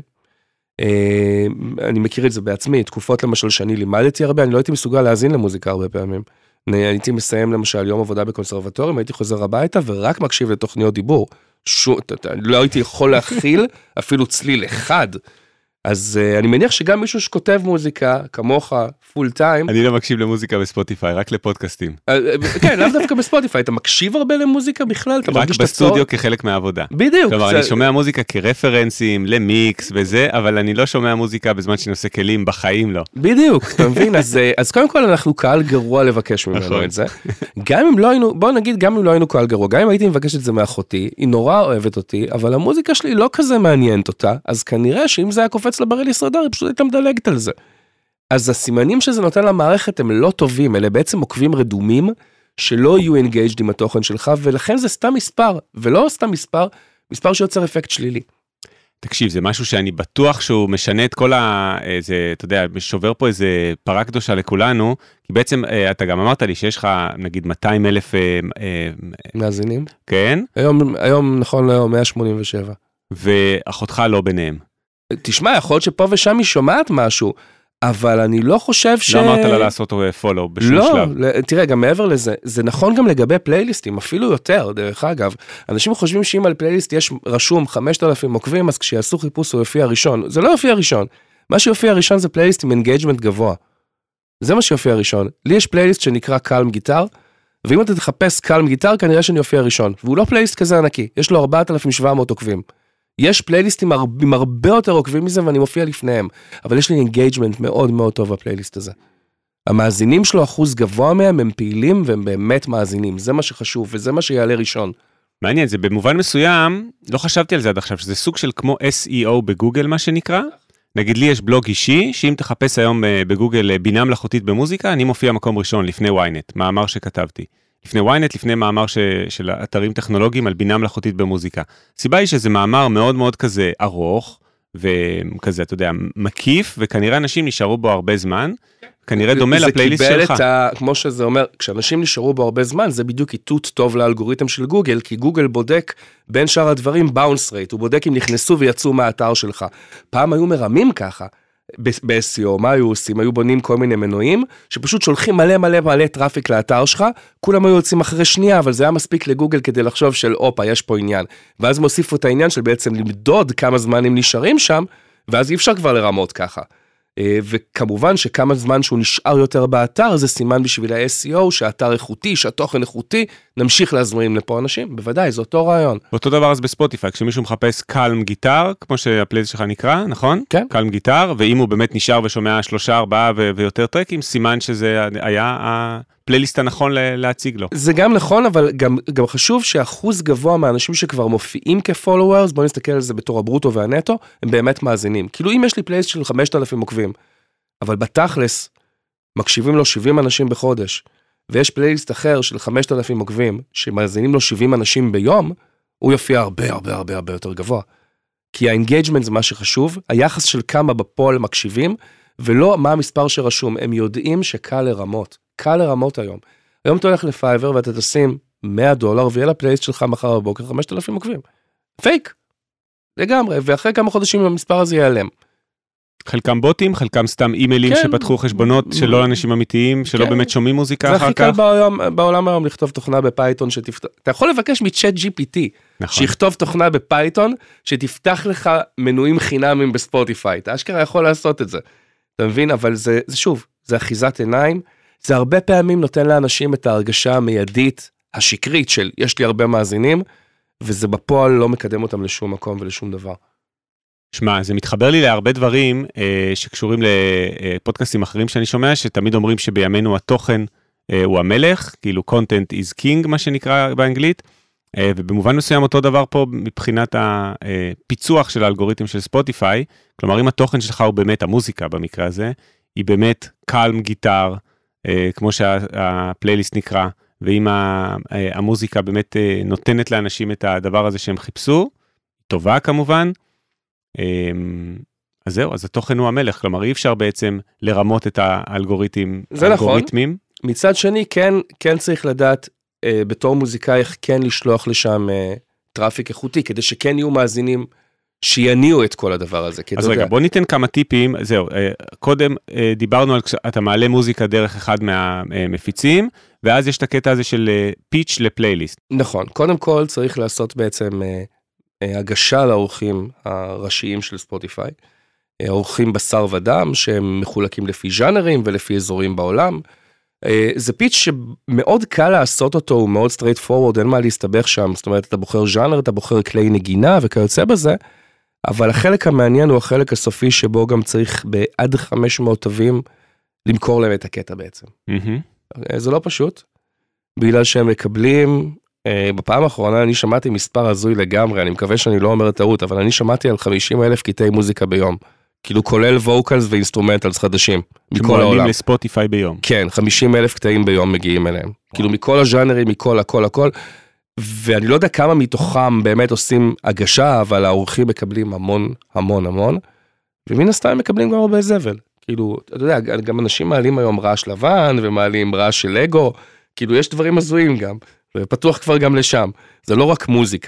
אני מכיר את זה בעצמי, תקופות למשל שאני לימדתי הרבה, אני לא הייתי מסוגל להאזין למוזיקה הרבה פעמים. אני הייתי מסיים למשל יום עבודה בקונסרבטוריום, הייתי חוזר הביתה ורק מקשיב לתוכניות דיבור. לא הייתי יכול להכיל אפילו צליל אחד. אז uh, אני מניח שגם מישהו שכותב מוזיקה, כמוך, פול טיים. אני לא מקשיב למוזיקה בספוטיפיי, רק לפודקאסטים. כן, לאו דווקא בספוטיפיי, אתה מקשיב הרבה למוזיקה בכלל? רק בסטודיו כחלק מהעבודה. בדיוק. כלומר, אני שומע מוזיקה כרפרנסים, למיקס וזה, אבל אני לא שומע מוזיקה בזמן שאני עושה כלים, בחיים לא. בדיוק, אתה מבין? אז, אז קודם כל אנחנו קהל גרוע לבקש ממנו את זה. גם אם לא היינו, בוא נגיד, גם אם לא היינו קהל גרוע, גם אם הייתי מבקש את זה מאחותי, היא נורא אוהבת אותי, אבל המוזיקה שלי לא כזה מעניינת אותה, אז כנראה שאם זה היה קופץ לברליס רדאר, היא פשוט הייתה מדלגת על זה. אז הסימנים שזה נותן למערכת הם לא טובים, אלה בעצם עוקבים רדומים, שלא יהיו engaged עם התוכן שלך, ולכן זה סתם מספר, ולא סתם מספר, מספר שיוצר אפקט שלילי. תקשיב, זה משהו שאני בטוח שהוא משנה את כל ה... זה, אתה יודע, שובר פה איזה פרה קדושה לכולנו, כי בעצם אתה גם אמרת לי שיש לך, נגיד, מאתיים אלף... מאזינים? כן. היום, היום נכון להיום, מאה שמונים ושבע. ואחותך לא ביניהם. תשמע, יכול להיות שפה ושם היא שומעת משהו, אבל אני לא חושב ש... לא אמרת לה לעשות פולו בשום לא, שלב. לא, תראה, גם מעבר לזה, זה נכון גם לגבי פלייליסטים, אפילו יותר, דרך אגב. אנשים חושבים שאם על פלייליסט יש רשום חמשת אלפים עוקבים, אז כשיעשו חיפוש הוא יופיע ראשון. זה לא יופיע ראשון. מה שיופיע ראשון זה פלייליסט עם אינגייג'מנט גבוה. זה מה שיופיע ראשון. לי יש פלייליסט שנקרא קלם גיטר, ואם אתה תחפש קלם גיטר, כנראה שאני יופיע ראשון. והוא לא פלייליסט כזה ענקי. יש לו ארבעת אלפים ושבע מאות עוקבים. יש פלייליסטים עם הרבה יותר עוקבים מזה, ואני מופיע לפניהם. אבל יש לי אינגייג'מנט מאוד מאוד טוב בפלייליסט הזה. המאזינים שלו אחוז גבוה מהם, הם פעילים והם באמת מאזינים. זה מה שחשוב, וזה מה שיעלה ראשון. מעניין, זה במובן מסוים, לא חשבתי על זה עד עכשיו, שזה סוג של כמו אס אי או בגוגל, מה שנקרא. נגיד לי יש בלוג אישי, שאם תחפש היום בגוגל בינה מלאכותית במוזיקה, אני מופיע מקום ראשון לפני וויינט, מאמר שכתבתי. לפני וויינט, לפני מאמר ש... של אתרים טכנולוגיים על בינה מלאכותית במוזיקה. הסיבה היא שזה מאמר מאוד מאוד כזה ארוך, וכזה, אתה יודע, מקיף, וכנראה אנשים נשארו בו הרבה זמן, כנראה דומה לפלייליסט שלך. ה... כמו שזה אומר, כשאנשים נשארו בו הרבה זמן, זה בדיוק איתות טוב לאלגוריתם של גוגל, כי גוגל בודק בין שאר הדברים באונס רייט, הוא בודק אם נכנסו ויצאו מהאתר שלך. פעם היו מרמים ככה, ב-אס אי או, מה היו עושים? היו בונים כל מיני מנועים, שפשוט שולחים מלא מלא מלא טראפיק לאתר שלך, כולם היו יוצאים אחרי שנייה, אבל זה היה מספיק לגוגל כדי לחשוב של, אופה, יש פה עניין. ואז מוסיפו את העניין של בעצם למדוד כמה זמן הם נשארים שם, ואז אי אפשר כבר לרמות ככה. וכמובן שכמה זמן שהוא נשאר יותר באתר, זה סימן בשביל ה-אס אי או, שהאתר איכותי, שהתוכן איכותי, נמשיך להזמין לפה אנשים, בוודאי, זה אותו רעיון. אותו דבר אז בספוטיפיי, כשמישהו מחפש קלם גיטר, כמו שהפלייליסט שלך נקרא, נכון? כן. קלם גיטר, ואם הוא באמת נשאר ושומע שלושה, ארבעה ו- ויותר טרקים, סימן שזה היה הפלייליסט הנכון להציג לו. זה גם נכון, אבל גם, גם חשוב שאחוז גבוה מהאנשים שכבר מופיעים כפולוורס, בואו נסתכל על זה בתור הברוטו והנטו, הם באמת מאזינים. כאילו אם יש לי פלייליסט של חמשת אלפים עוקבים, אבל בתכלס מקשיבים לו שבעים אנשים בחודש, ויש פלייליסט אחר של חמשת אלפים עוקבים, שמאזינים לו שבעים אנשים ביום, הוא יופיע הרבה הרבה הרבה הרבה יותר גבוה. כי האינגייג'מנט זה מה שחשוב, היחס של כמה בפול מקשיבים, ולא מה המספר שרשום, הם יודעים שקל לרמות, קל לרמות היום. היום אתה הולך לפייבר ואתה תשים מאה דולר, ויהיה לפלייליסט שלך מחר בבוקר חמשת אלפים עוקבים. פייק, לגמרי, ואחרי כמה חודשים המספר הזה ייעלם. חלקם בוטים, חלקם סתם אימיילים כן. שפתחו חשבונות שלא אנשים אמיתיים, שלא כן. באמת שומעים מוזיקה אחר כך. זה הכי קל בעולם, בעולם היום לכתוב תוכנה בפייתון שתפתח, אתה יכול לבקש מצ'אט ג'י פי טי, נכון. שיכתוב תוכנה בפייתון, שתפתח לך מנויים חינמים בספוטיפיי, אתה אשכרה יכול לעשות את זה, אתה מבין? אבל זה, זה שוב, זה אחיזת עיניים, זה הרבה פעמים נותן לאנשים את ההרגשה המיידית, השקרית של יש לי הרבה מאזינים, וזה בפועל לא מקדם אותם לשום מקום ולשום דבר. שמע, זה מתחבר לי להרבה דברים אה, שקשורים לפודקאסטים אחרים שאני שומע, שתמיד אומרים שבימינו התוכן אה, הוא המלך, כאילו content is king, מה שנקרא באנגלית, אה, ובמובן מסוים אותו דבר פה מבחינת הפיצוח של האלגוריתם של ספוטיפיי, כלומר אם התוכן שלך הוא באמת המוזיקה במקרה הזה, היא באמת קלם גיטר, אה, כמו שהפלייליסט נקרא, ואם המוזיקה באמת אה, נותנת לאנשים את הדבר הזה שהם חיפשו, טובה כמובן, אז זהו, אז התוכן הוא המלך, כלומר אי אפשר בעצם לרמות את האלגוריתמים. זה נכון, מצד שני כן, כן צריך לדעת אה, בתור מוזיקאי איך כן לשלוח לשם אה, טראפיק איכותי, כדי שכן יהיו מאזינים שיניעו את כל הדבר הזה. אז רגע, בוא ניתן כמה טיפים, זהו, אה, קודם אה, דיברנו על אתה מעלה מוזיקה דרך אחד מהמפיצים, ואז יש את הקטע הזה של אה, פיץ' לפלייליסט. נכון, קודם כל צריך לעשות בעצם... אה, הגשה לאורחים הראשיים של ספוטיפיי, אורחים בשר ודם, שהם מחולקים לפי ז'אנרים ולפי אזורים בעולם. זה פיץ' שמאוד קל לעשות אותו, הוא מאוד straight forward, אין מה להסתבך שם, זאת אומרת, אתה בוחר ז'אנר, אתה בוחר כלי נגינה וכיוצא בזה, אבל החלק המעניין הוא החלק הסופי, שבו גם צריך בעד חמש מאות תווים, למכור להם את הקטע בעצם. Mm-hmm. זה לא פשוט, בגלל שהם מקבלים... בפעם האחרונה אני שמעתי מספר הזוי לגמרי, אני מקווה שאני לא אומר טעות, אבל אני שמעתי על חמישים אלף קטעי מוזיקה ביום, כאילו כולל ווקלס ואינסטרומנטלס חדשים, מכל העולם. שמועלים לספוטיפיי ביום. כן, חמישים אלף קטעים ביום מגיעים אליהם, כאילו מכל הז'אנרים, מכל הכל הכל, ואני לא יודע כמה מתוכם באמת עושים הגשה, אבל האורחים מקבלים המון המון המון, ומן הסתם הם מקבלים גם הרבה זבל, כאילו, אתה יודע, גם אנשים מעלים היום רעש לבן, ומעלים רעש של לגו, כאילו יש דברים הזויים גם. ופתוח כבר גם לשם, זה לא רק מוזיקה.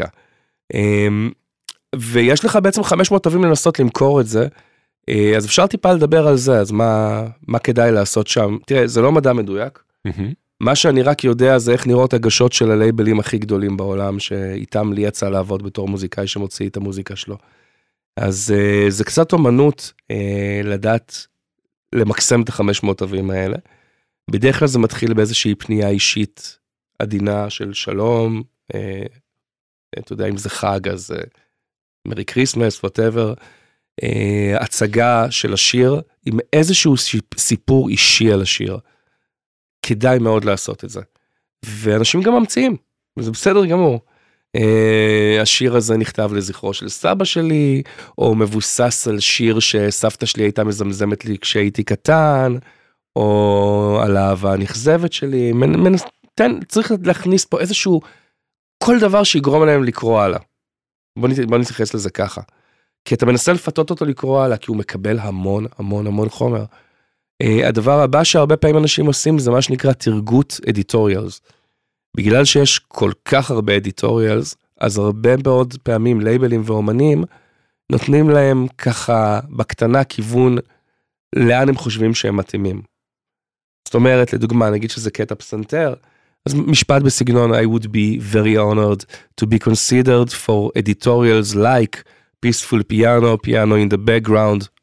ויש לך בעצם חמש מאות תווים לנסות למכור את זה, אז אפשר טיפה לדבר על זה, אז מה, מה כדאי לעשות שם? תראה, זה לא מדע מדויק, מה שאני רק יודע זה איך נראות הגשות של הלייבלים הכי גדולים בעולם, שאיתם לי יצא לעבוד בתור מוזיקאי שמוציא את המוזיקה שלו. אז זה קצת אומנות לדעת למקסם את ה-חמש מאות תווים האלה. בדרך כלל זה מתחיל באיזושהי פנייה אישית, עדינה של שלום, אה, אתה יודע, אם זה חג, אז מרי קריסמס, whatever, אה, הצגה של השיר, עם איזשהו סיפור אישי על השיר. כדאי מאוד לעשות את זה. ואנשים גם ממציאים, וזה בסדר גמור. אה, השיר הזה נכתב לזכרו של סבא שלי, או מבוסס על שיר שסבתא שלי הייתה מזמזמת לי כשהייתי קטן, או על האהבה הנכזבת שלי, מנ, מנ, תן, צריך להכניס פה איזשהו, כל דבר שיגרום להם לקרוא הלאה. בוא, נת, בוא נתייחס לזה ככה. כי אתה מנסה לפתות אותו לקרוא הלאה, כי הוא מקבל המון, המון, המון חומר. Uh, הדבר הבא שהרבה פעמים אנשים עושים, זה מה שנקרא תרגות אדיטוריאלס. בגלל שיש כל כך הרבה אדיטוריאלס, אז הרבה מאוד פעמים לייבלים ואומנים, נותנים להם ככה בקטנה כיוון, לאן הם חושבים שהם מתאימים. זאת אומרת, לדוגמה, נגיד שזה קטע פסנתר, אז משפט בסגנון, I would be very honored to be considered for editorials like peaceful piano, piano in the background,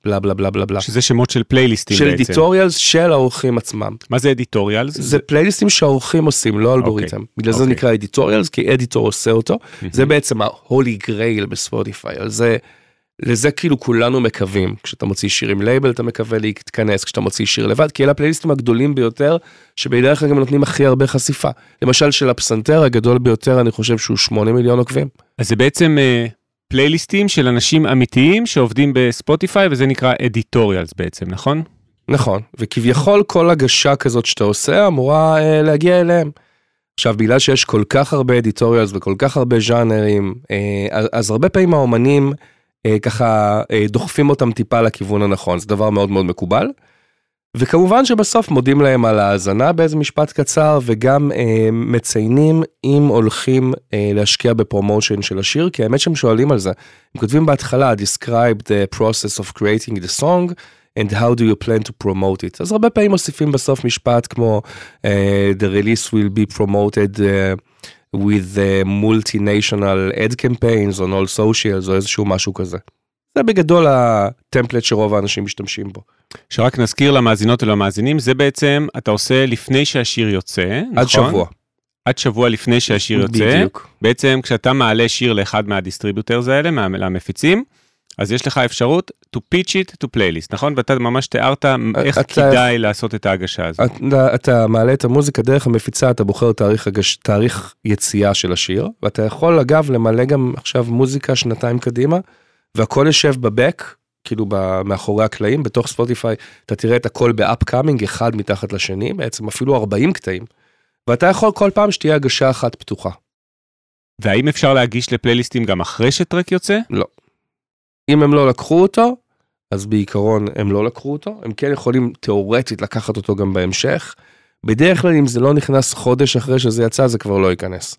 בלה בלה בלה בלה בלה. שזה שמות של פלייליסטים של בעצם. של אדיטוריאלס של האורחים עצמם. מה זה אדיטוריאלס? זה פלייליסטים שהאורחים עושים, לא אלגוריתם. Okay. בגלל okay. זה נקרא אדיטוריאלס, כי אדיטור עושה אותו. Mm-hmm. זה בעצם ה-Holy Grail בספוטיפיי. על זה, לזה כאילו כולנו מקווים. כשאתה מוציא שיר עם לייבל, אתה מקווה להתכנס. כשאתה מוציא שיר לבד, כי אלה הפלייליסטים הגדולים ביותר, שבדרך כלל גם נותנים הכי הרבה חשיפה. למשל של הפסנתר הגדול ביותר, אני חושב שהוא שמונה מיליון עוקבים. אז זה בעצם פלייליסטים של אנשים אמיתיים שעובדים בספוטיפיי, וזה נקרא אדיטוריאלס בעצם, נכון? נכון, וכביכול כל הגשה כזאת שאתה עושה אמורה אה, להגיע אליהם. עכשיו, בגלל שיש כל כך הרבה אדיטוריאלס וכל כך הרבה ז'אנרים, אה, אז, אז הרבה פעמים האומנים אה, ככה אה, דוחפים אותם טיפה לכיוון הנכון, זה דבר מאוד מאוד מקובל. וכמובן שבסוף מודים להם על ההאזנה באיזה משפט קצר, וגם אה, מציינים אם הולכים אה, להשקיע בפרומושן של השיר, כי האמת שהם שואלים על זה. הם כותבים בהתחלה, describe the process of creating the song, and how do you plan to promote it. אז הרבה פעמים מוסיפים בסוף משפט כמו, uh, the release will be promoted uh, with uh, multinational ad campaigns on all socials, או איזשהו משהו כזה. זה בגדול הטמפלט שרוב האנשים משתמשים בו. שרק נזכיר למאזינות ולמאזינים, זה בעצם אתה עושה לפני שהשיר יוצא, נכון? עד שבוע. עד שבוע לפני שהשיר יוצא. בדיוק. בעצם כשאתה מעלה שיר לאחד מהדיסטריביוטרס האלה, מהמפיצים, אז יש לך אפשרות to pitch it to playlist, נכון? ואתה ממש תיארת איך אתה, כדאי לעשות את ההגשה הזאת. אתה, אתה מעלה את המוזיקה דרך המפיצה, אתה בוחר תאריך, הגש, תאריך יציאה של השיר, ואתה יכול אגב למלא גם עכשיו מוזיקה שנתיים קדימה, והכל יושב בבק, כאילו מאחורי הקלעים, בתוך ספוטיפיי, אתה תראה את הכל באפקאמינג, אחד מתחת לשני, בעצם אפילו ארבעים קטעים, ואתה יכול כל פעם שתהיה הגשה אחת פתוחה. והאם אפשר להגיש לפלייליסטים גם אחרי שטרק יוצא? לא. אם הם לא לקחו אותו, אז בעיקרון הם לא לקחו אותו, הם כן יכולים תיאורטית לקחת אותו גם בהמשך, בדרך כלל אם זה לא נכנס חודש אחרי שזה יצא, זה כבר לא ייכנס.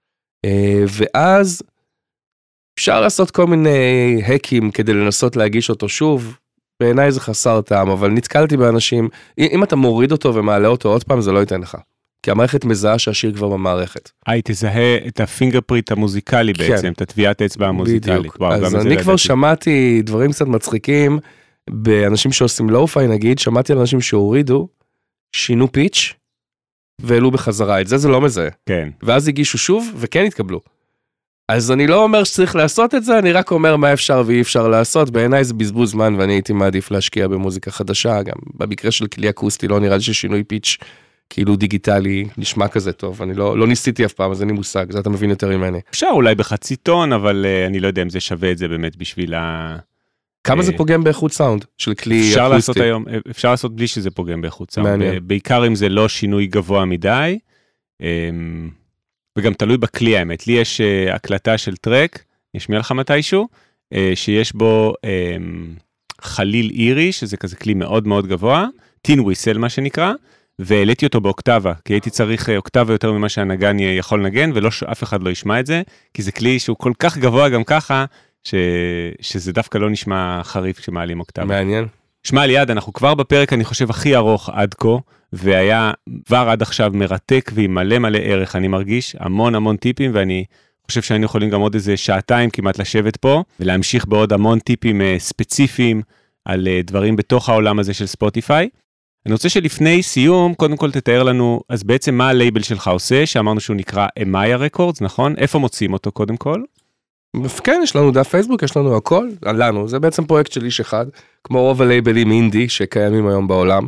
ואז אפשר לעשות כל מיני הקים כדי לנסות להגיש אותו שוב, בעיניי זה חסר טעם, אבל נתקלתי באנשים, אם אתה מוריד אותו ומעלה אותו עוד פעם, זה לא ייתן לך. כי המערכת מזהה שהשיר כבר במערכת. היי, תזהה את הפינגרפריט המוזיקלי בעצם, כן. את הטביעת אצבע המוזיקלית. בדיוק. וואו, אז אני כבר שמעתי דברים קצת מצחיקים, באנשים שעושים לואו-פיי נגיד, שמעתי על אנשים שהורידו, שינו פיץ', והעלו בחזרה. את זה זה לא מזהה. כן. ואז הגישו שוב, וכן התקבלו. אז אני לא אומר שצריך לעשות את זה, אני רק אומר מה אפשר ואי אפשר לעשות. בעיניי זה בזבוז זמן, ואני הייתי מעדיף להשקיע במוזיקה חדשה, גם במקרה של כלי אקוסטי, לא נראה לי ששינוי פיץ' כאילו דיגיטלי, נשמע כזה טוב, אני לא, לא ניסיתי אף פעם, אז אין לי מושג, זה אתה מבין יותר ממני. אפשר אולי בחצי טון, אבל uh, אני לא יודע אם זה שווה את זה באמת בשביל ה... כמה uh, זה פוגם באיכות סאונד של כלי אקוסטי? אפשר לעשות היום, אפשר לעשות בלי שזה פוגם באיכות סאונד, בעיקר אם זה לא שינוי גבוה מדי, um, וגם תלוי בכלי האמת, לי יש uh, הקלטה של טרק, נשמיע לך מתישהו, uh, שיש בו um, חליל אירי, שזה כזה כלי מאוד מאוד גבוה, טין וויסל מה שנקרא, והעליתי אותו באוקטבה, כי הייתי צריך אוקטבה יותר ממה שהנגן יכול לנגן, ולא שאף אחד לא ישמע את זה, כי זה כלי שהוא כל כך גבוה גם ככה, ש... שזה דווקא לא נשמע חריף כשמעלים אוקטבה. מעניין. שמע ליד, אנחנו כבר בפרק, אני חושב, הכי ארוך עד כה, והיה כבר עד עכשיו מרתק, ועם מלא מלא ערך, אני מרגיש המון המון טיפים, ואני חושב שהיינו יכולים גם עוד איזה שעתיים כמעט לשבת פה, ולהמשיך בעוד המון טיפים ספציפיים, על דברים בתוך העולם הזה של ספוטיפיי. אני רוצה שלפני סיום, קודם כל תתאר לנו, אז בעצם מה הלייבל שלך עושה, שאמרנו שהוא נקרא אמיה רקורדס, נכון? איפה מוצאים אותו קודם כל? כן, יש לנו דף פייסבוק, יש לנו הכל, לנו, זה בעצם פרויקט של איש אחד, כמו רוב הלייבלים אינדי שקיימים היום בעולם.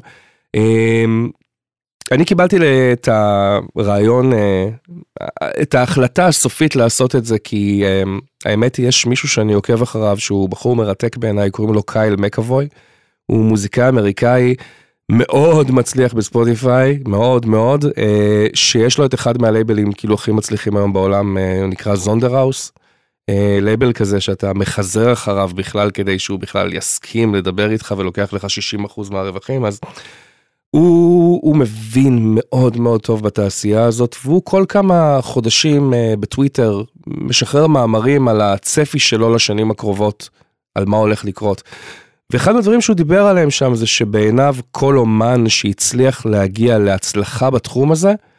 אני קיבלתי את הרעיון, את ההחלטה הסופית לעשות את זה, כי האמת היא, יש מישהו שאני עוקב אחריו, שהוא בחור מרתק בעיניי, קוראים לו קייל מקאבוי, הוא מוזיקאי אמריקאי, מאוד מצליח בספוטיפיי, מאוד מאוד, שיש לו את אחד מהלייבלים כאילו הכי מצליחים היום בעולם, הוא נקרא זונדראוס, לייבל כזה שאתה מחזר אחריו בכלל כדי שהוא בכלל יסכים לדבר איתך ולוקח לך שישים אחוז מהרווחים, אז הוא, הוא מבין מאוד מאוד טוב בתעשייה הזאת, והוא כל כמה חודשים בטוויטר משחרר מאמרים על הצפי שלו לשנים הקרובות, על מה הולך לקרות. ואחד הדברים שהוא דיבר עליהם שם זה שבעיניו כל אומן שהצליח להגיע להצלחה בתחום הזה,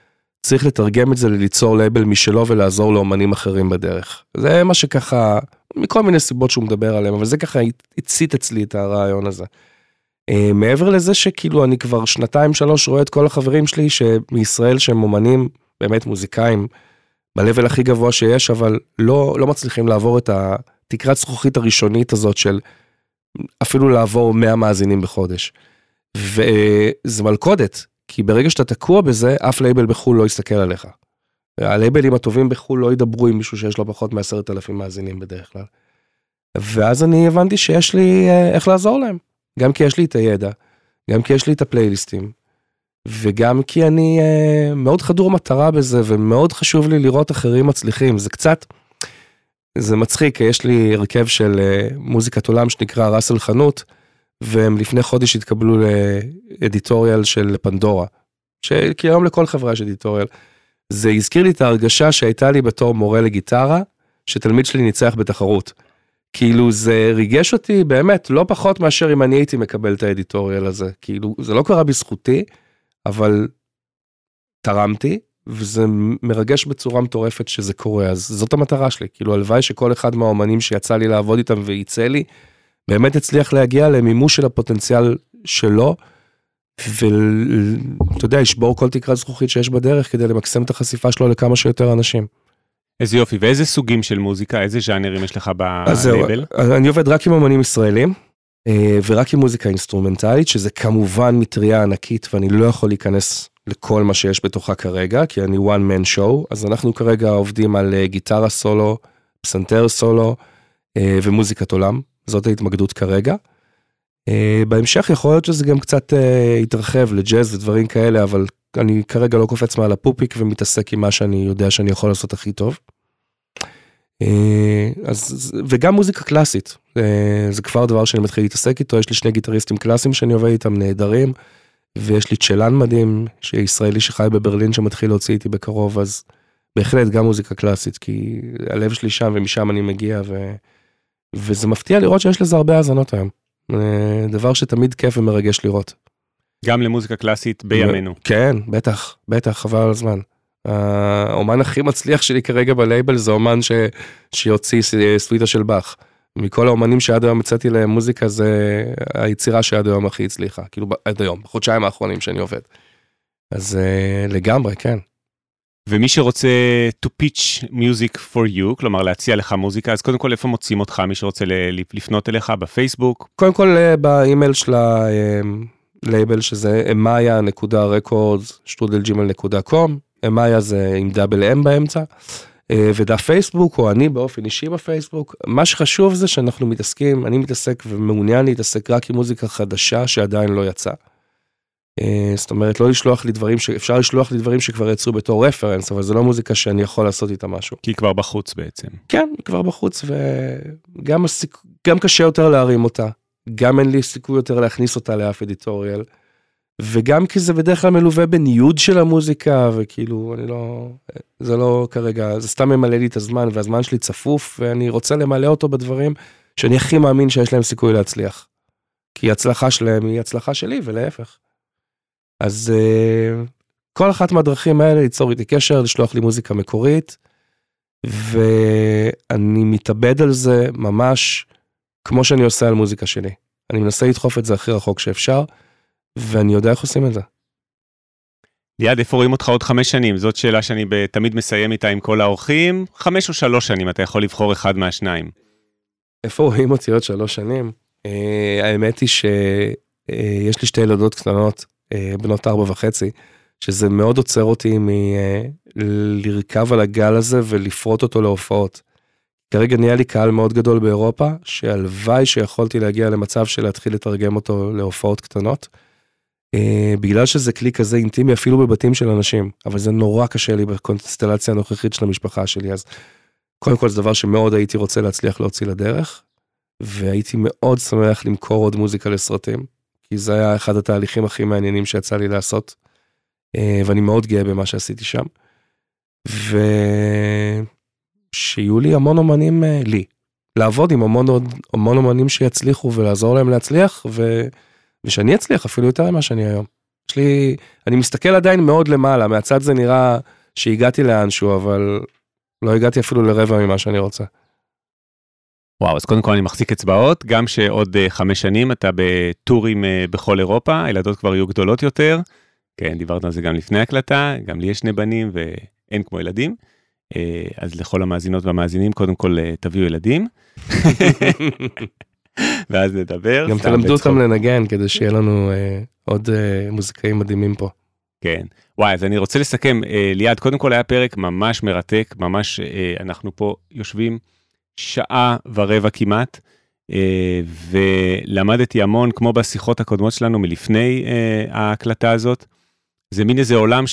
צריך לתרגם את זה ליצור לייבל משלו ולעזור לאומנים אחרים בדרך. זה מה שככה, מכל מיני סיבות שהוא מדבר עליהם, אבל זה ככה הצית אצלי את הרעיון הזה. מעבר לזה שכאילו אני כבר שנתיים שלוש רואה את כל החברים שלי שמישראל שהם אומנים, באמת מוזיקאים, בלבל הכי גבוה שיש, אבל לא, לא מצליחים לעבור את התקרת זכוכית הראשונית הזאת של אפילו לעבור מאה מאזינים בחודש. וזה מלכודת, כי ברגע שאתה תקוע בזה, אף לייבל בחול לא יסתכל עליך. הלייבלים הטובים בחול לא ידברו עם מישהו שיש לו פחות מעשרת אלפים מאזינים בדרך כלל. ואז אני הבנתי שיש לי איך לעזור להם. גם כי יש לי את הידע, גם כי יש לי את הפלייליסטים, וגם כי אני מאוד חדור מטרה בזה, ומאוד חשוב לי לראות אחרים מצליחים. זה קצת, זה מצחיק, יש לי הרכב של מוזיקת עולם שנקרא ראסל חנות, והם לפני חודש התקבלו לאדיטוריאל של פנדורה, כי היום לכל חברה יש אדיטוריאל. זה הזכיר לי את ההרגשה שהייתה לי בתור מורה לגיטרה, שתלמיד שלי ניצח בתחרות. כאילו זה ריגש אותי באמת, לא פחות מאשר אם אני הייתי מקבל את האדיטוריאל הזה. כאילו זה לא קרה בזכותי, אבל תרמתי, וזה מרגש בצורה מטורפת שזה קורה. אז זאת המטרה שלי. כאילו הלוואי שכל אחד מהאומנים שיצא לי לעבוד איתם וייצא לי, באמת הצליח להגיע למימוש של הפוטנציאל שלו, ואתה יודע, ישבור כל תקרת זכוכית שיש בדרך, כדי למקסם את החשיפה שלו לכמה שיותר אנשים. איזה יופי, ואיזה סוגים של מוזיקה, איזה ז'אנרים יש לך בלייבל? אני עובד רק עם אומנים ישראלים, ורק עם מוזיקה אינסטרומנטלית, שזה כמובן מטריה ענקית, ואני לא יכול להיכנס לכל מה שיש בתוכה כרגע, כי אני one man show, אז אנחנו כרגע עובדים על גיטרה סולו, פסנתר סולו, ומוזיקת עולם. זאת ההתמקדות כרגע. בהמשך יכול להיות שזה גם קצת יתרחב לג'אז ודברים כאלה, אבל אני כרגע לא קופץ מעל הפופיק ומתעסק עם מה שאני יודע שאני יכול לעשות הכי טוב. אז, וגם מוזיקה קלאסית, זה כבר דבר שאני מתחיל להתעסק איתו, יש לי שני גיטריסטים קלאסיים שאני עובד איתם נהדרים, ויש לי צ'לן מדהים, שישראלי שחי בברלין שמתחיל להוציא איתי בקרוב, אז בהחלט גם מוזיקה קלאסית, כי הלב שלי שם ומשם אני מגיע ו... וזה מפתיע לראות שיש לזה הרבה האזנות היום. דבר שתמיד כיף ומרגש לראות. גם למוזיקה קלאסית בימינו. כן, בטח, בטח, חבל על הזמן. האומן הכי מצליח שלי כרגע בלייבל, זה אומן ש... שיוציא סוויטה של באך. מכל האומנים שעד היום מצאתי להם מוזיקה, זה היצירה שעד היום הכי הצליחה. כאילו עד היום, בחודשיים האחרונים שאני עובד. אז לגמרי, כן. ומי שרוצה to pitch music for you, כלומר להציע לך מוזיקה, אז קודם כל איפה מוצאים אותך, מי שרוצה לפנות אליך בפייסבוק? קודם כל באימייל של הלייבל, שזה אמיה נקודה רקורדס שטרודל ג'ימייל נקודה קום, אמיה זה עם דאבל אם באמצע, ודף פייסבוק, או אני באופן אישי בפייסבוק. מה שחשוב זה שאנחנו מתעסקים, אני מתעסק ומעוניין להתעסק רק עם מוזיקה חדשה שעדיין לא יצאה. זאת אומרת, לא לשלוח לי דברים, אפשר לשלוח לי דברים שכבר יצאו בתור רפרנס, אבל זה לא מוזיקה שאני יכול לעשות איתה משהו. כי היא כבר בחוץ בעצם. כן, היא כבר בחוץ, וגם הסיכ... גם קשה יותר להרים אותה, גם אין לי סיכוי יותר להכניס אותה לאף אדיטוריאל, וגם כי זה בדרך כלל מלווה בניוד של המוזיקה, וכאילו, אני לא, זה לא כרגע, זה סתם ממלא לי את הזמן, והזמן שלי צפוף, ואני רוצה למלא אותו בדברים שאני הכי מאמין שיש להם סיכוי להצליח. כי הצלחה שלהם היא הצלחה שלי, ולהפך. אז uh, כל אחת מהדרכים האלה ליצור איתי קשר, לשלוח לי מוזיקה מקורית, ואני מתאבד על זה ממש כמו שאני עושה על מוזיקה שלי. אני מנסה לדחוף את זה הכי רחוק שאפשר, ואני יודע איך עושים את זה. ליעד, איפה רואים אותך עוד חמש שנים? זאת שאלה שאני תמיד מסיים איתה עם כל האורחים. חמש או שלוש שנים, אתה יכול לבחור אחד מהשניים. איפה רואים אותי עוד שלוש שנים? Uh, האמת היא שיש uh, לי שתי ילדות קטנות, בנות ארבע וחצי, שזה מאוד עוצר אותי מלרכב על הגל הזה ולפרוט אותו להופעות. כרגע נהיה לי קהל מאוד גדול באירופה, שהלוואי שיכולתי להגיע למצב של להתחיל לתרגם אותו להופעות קטנות, בגלל שזה כלי כזה אינטימי אפילו בבתים של אנשים, אבל זה נורא קשה לי בקונסטלציה הנוכחית של המשפחה שלי, אז קודם כל זה דבר שמאוד הייתי רוצה להצליח להוציא לדרך, והייתי מאוד שמח למכור עוד מוזיקה לסרטים, כי זה היה אחד התהליכים הכי מעניינים שיצא לי לעשות, ואני מאוד גאה במה שעשיתי שם, ושיהיו לי המון אומנים לי, לעבוד עם המון, המון אומנים שיצליחו ולעזור להם להצליח, ו... ושאני אצליח אפילו יותר ממה שאני היום. יש לי, אני מסתכל עדיין מאוד למעלה, מהצד זה נראה שהגעתי לאנשהו, אבל לא הגעתי אפילו לרבע ממה שאני רוצה. וואו, אז קודם כל אני מחזיק אצבעות, גם שעוד uh, חמש שנים אתה בטורים uh, בכל אירופה, הילדות כבר יהיו גדולות יותר, כן, דיברנו על זה גם לפני הקלטה, גם לי יש שני בנים ואין כמו ילדים, uh, אז לכל המאזינות והמאזינים, קודם כל uh, תביאו ילדים, ואז נדבר. גם תלמדו אותם לנגן, כדי שיהיה לנו uh, עוד uh, מוזיקאים מדהימים פה. כן, וואי, אז אני רוצה לסכם, uh, ליעד, קודם כל היה פרק ממש מרתק, ממש uh, אנחנו פה יושבים, שעה ורבע כמעט, ולמדתי המון, כמו בשיחות הקודמות שלנו מלפני ההקלטה הזאת. זה מין איזה עולם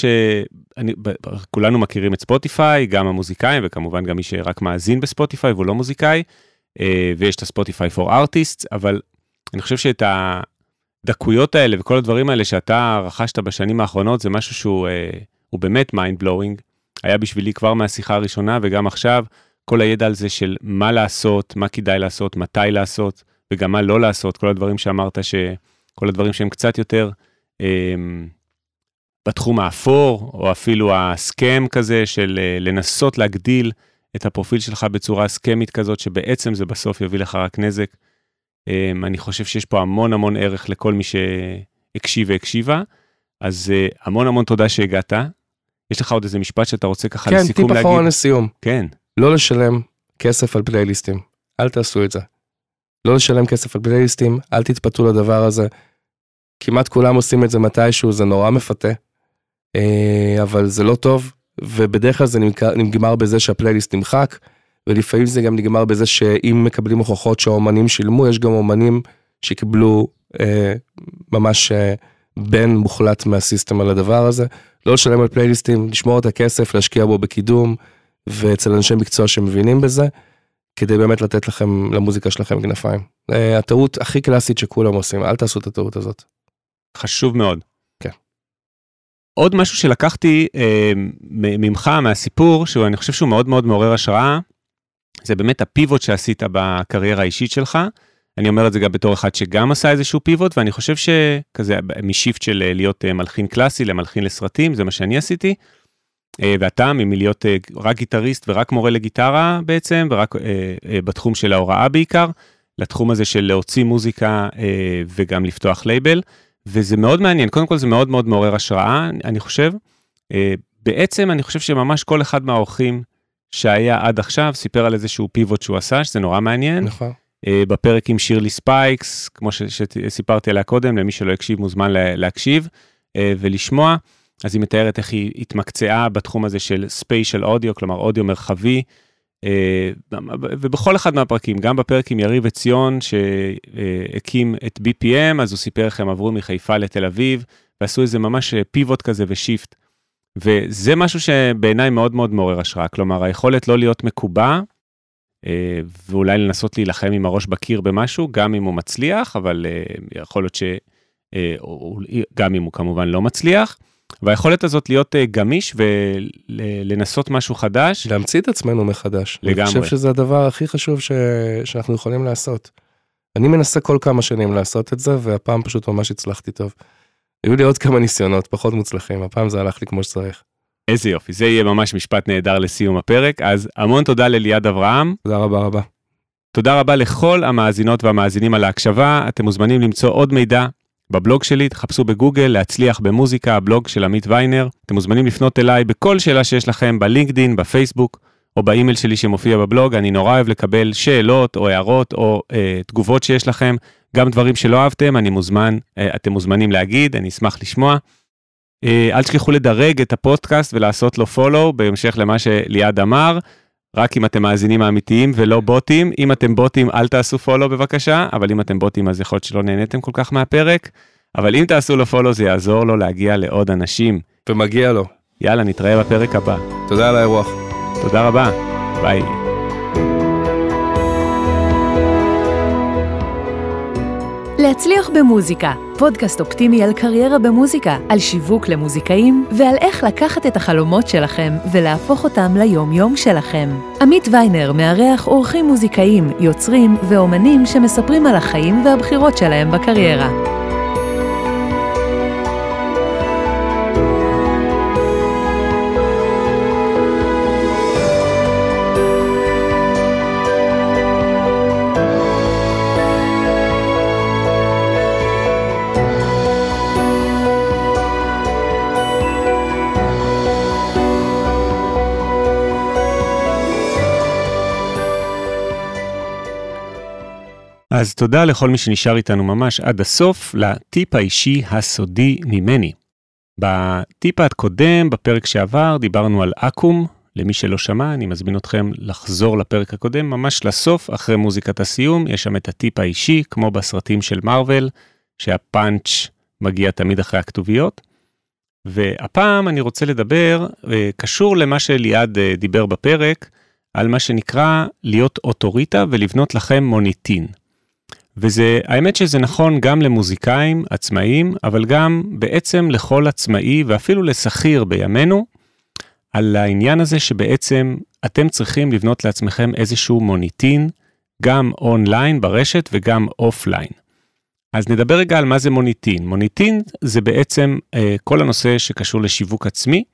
שכולנו מכירים את ספוטיפיי, גם המוזיקאים, וכמובן גם מי שרק מאזין בספוטיפיי, והוא לא מוזיקאי, ויש את הספוטיפיי for artists, אבל אני חושב שאת הדקויות האלה וכל הדברים האלה שאתה רכשת בשנים האחרונות, זה משהו שהוא באמת mind blowing, היה בשבילי כבר מהשיחה הראשונה וגם עכשיו, כל הידע על זה של מה לעשות, מה כדאי לעשות, מתי לעשות, וגם מה לא לעשות, כל הדברים שאמרת, כל הדברים שהם קצת יותר אה, בתחום האפור, או אפילו הסכם כזה של אה, לנסות להגדיל את הפרופיל שלך בצורה סכמית כזאת, שבעצם זה בסוף יביא לך רק נזק. אה, אני חושב שיש פה המון המון ערך לכל מי שהקשיב והקשיבה, אז אה, המון המון תודה שהגעת. יש לך עוד איזה משפט שאתה רוצה ככה כן, לסיכום להגיד? כן, טיפ אחרון לסיום. כן. לא לשלם כסף על פלייליסטים, אל תעשו את זה. לא לשלם כסף על פלייליסטים, אל תתפתו לדבר הזה. כמעט כולם עושים את זה מתישהו, זה נורא מפתה, אבל זה לא טוב, ובדרך כלל זה נגמר בזה שהפלייליסט נמחק, ולפעמים זה גם נגמר בזה שאם מקבלים הוכחות שהאומנים שילמו, יש גם אומנים שקיבלו אה, ממש אה, בן מוחלט מהסיסטם על הדבר הזה. לא לשלם על פלייליסטים, לשמור את הכסף, להשקיע בו בקידום, ואצל אנשי מקצוע שמבינים בזה, כדי באמת לתת לכם, למוזיקה שלכם כנפיים. הטעות הכי קלאסית שכולם עושים, אל תעשו את הטעות הזאת. חשוב מאוד. כן. עוד משהו שלקחתי אה, ממך, מהסיפור, שאני חושב שהוא מאוד מאוד מעורר השראה, זה באמת הפיבוט שעשית בקריירה האישית שלך. אני אומר את זה גם בתור אחד שגם עשה איזשהו פיבוט, ואני חושב שכזה, משיפט של להיות מלחין קלאסי למלחין לסרטים, זה מה שאני עשיתי. ואתה מלהיות רק גיטריסט ורק מורה לגיטרה בעצם, ורק בתחום של ההוראה בעיקר, לתחום הזה של להוציא מוזיקה וגם לפתוח לייבל, וזה מאוד מעניין, קודם כל זה מאוד מאוד מעורר השראה, אני חושב, בעצם אני חושב שממש כל אחד מהאורחים שהיה עד עכשיו, סיפר על איזשהו פיבוט שהוא עשה, שזה נורא מעניין, נכון. בפרק עם שירלי ספייקס, כמו שסיפרתי עליה קודם, למי שלא הקשיב מוזמן להקשיב ולשמוע, אז היא מתארת איך היא התמקצעה בתחום הזה של ספיישל אודיו, כלומר אודיו מרחבי, ובכל אחד מהפרקים, גם בפרק עם יריב וציון, שהקים את בי פי אם, אז הוא סיפר איך הם עברו מחיפה לתל אביב, ועשו איזה ממש פיבוט כזה ושיפט, וזה משהו שבעיניי מאוד מאוד מעורר השראה, כלומר היכולת לא להיות מקובע, ואולי לנסות להילחם עם הראש בקיר במשהו, גם אם הוא מצליח, אבל יכול להיות שגם אם הוא כמובן לא מצליח, והיכולת הזאת להיות גמיש ולנסות משהו חדש. להמציא את עצמנו מחדש. לגמרי. אני חושב שזה הדבר הכי חשוב ש... שאנחנו יכולים לעשות. אני מנסה כל כמה שנים לעשות את זה, והפעם פשוט ממש הצלחתי טוב. היו לי עוד כמה ניסיונות, פחות מוצלחים, הפעם זה הלך לי כמו שצריך. איזה יופי, זה יהיה ממש משפט נהדר לסיום הפרק, אז המון תודה לליעד אברהם. תודה רבה רבה. תודה רבה לכל המאזינות והמאזינים על ההקשבה, אתם מוזמנים למצוא עוד מידע בבלוג שלי, תחפשו בגוגל, להצליח במוזיקה, הבלוג של עמית ויינר. אתם מוזמנים לפנות אליי בכל שאלה שיש לכם בלינקדין, בפייסבוק, או באימייל שלי שמופיע בבלוג. אני נורא אוהב לקבל שאלות או הערות או אה, תגובות שיש לכם, גם דברים שלא אהבתם, אני מוזמן, אה, אתם מוזמנים להגיד, אני אשמח לשמוע. אה, אל תשכחו לדרג את הפודקאסט ולעשות לו פולו, בהמשך למה שליעד אמר, רק אם אתם מאזינים האמיתיים ולא בוטים. אם אתם בוטים, אל תעשו פולו בבקשה, אבל אם אתם בוטים, אז יכול להיות שלא נהניתם כל כך מהפרק, אבל אם תעשו לו פולו, זה יעזור לו להגיע לעוד אנשים. ומגיע לו. יאללה, נתראה בפרק הבא. תודה על האירוח. תודה רבה. ביי. להצליח במוזיקה, פודקאסט אופטימי על קריירה במוזיקה, על שיווק למוזיקאים ועל איך לקחת את החלומות שלכם ולהפוך אותם ליום-יום שלכם. עמית ויינר מארח אורחים מוזיקאים, יוצרים ואומנים שמספרים על החיים והבחירות שלהם בקריירה. אז תודה לכל מי שנשאר איתנו ממש עד הסוף, לטיפ האישי הסודי ממני. בטיפ הקודם, בפרק שעבר, דיברנו על אקום. למי שלא שמע, אני מזמין אתכם לחזור לפרק הקודם, ממש לסוף, אחרי מוזיקת הסיום, יש שם את הטיפ האישי, כמו בסרטים של מרוול, שהפאנץ' מגיע תמיד אחרי הכתוביות. והפעם אני רוצה לדבר, קשור למה שליעד דיבר בפרק, על מה שנקרא להיות אוטוריטה ולבנות לכם מוניטין. וזה, האמת שזה נכון גם למוזיקאים עצמאיים, אבל גם בעצם לכל עצמאי ואפילו לשכיר בימינו, על העניין הזה שבעצם אתם צריכים לבנות לעצמכם איזשהו מוניטין, גם אונליין ברשת וגם אופליין. אז נדבר רגע על מה זה מוניטין. מוניטין זה בעצם אה, כל הנושא שקשור לשיווק עצמי,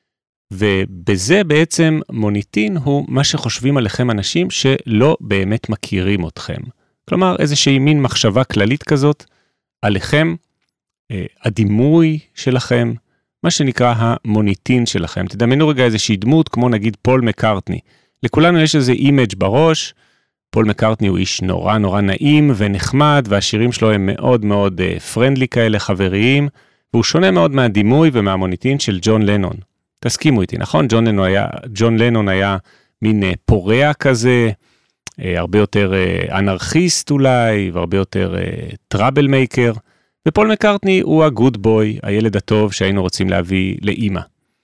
ובזה בעצם מוניטין הוא מה שחושבים עליכם אנשים שלא באמת מכירים אתכם. כלומר, איזושהי מין מחשבה כללית כזאת עליכם, אה, הדימוי שלכם, מה שנקרא המוניטין שלכם. תדמיינו רגע איזושהי דמות, כמו נגיד פול מקארטני. לכולנו יש איזה אימג' בראש, פול מקארטני הוא איש נורא נורא נעים ונחמד, והשירים שלו הם מאוד מאוד פרנדלי כאלה, חבריים, והוא שונה מאוד מהדימוי ומהמוניטין של ג'ון לנון. תסכימו איתי, נכון? ג'ון לנון היה, ג'ון לנון היה מין פורע כזה, הרבה יותר אנרכיסט אולי, והרבה יותר טראבל מייקר, ופול מקארטני הוא הגוד בוי, הילד הטוב שהיינו רוצים להביא לאמא.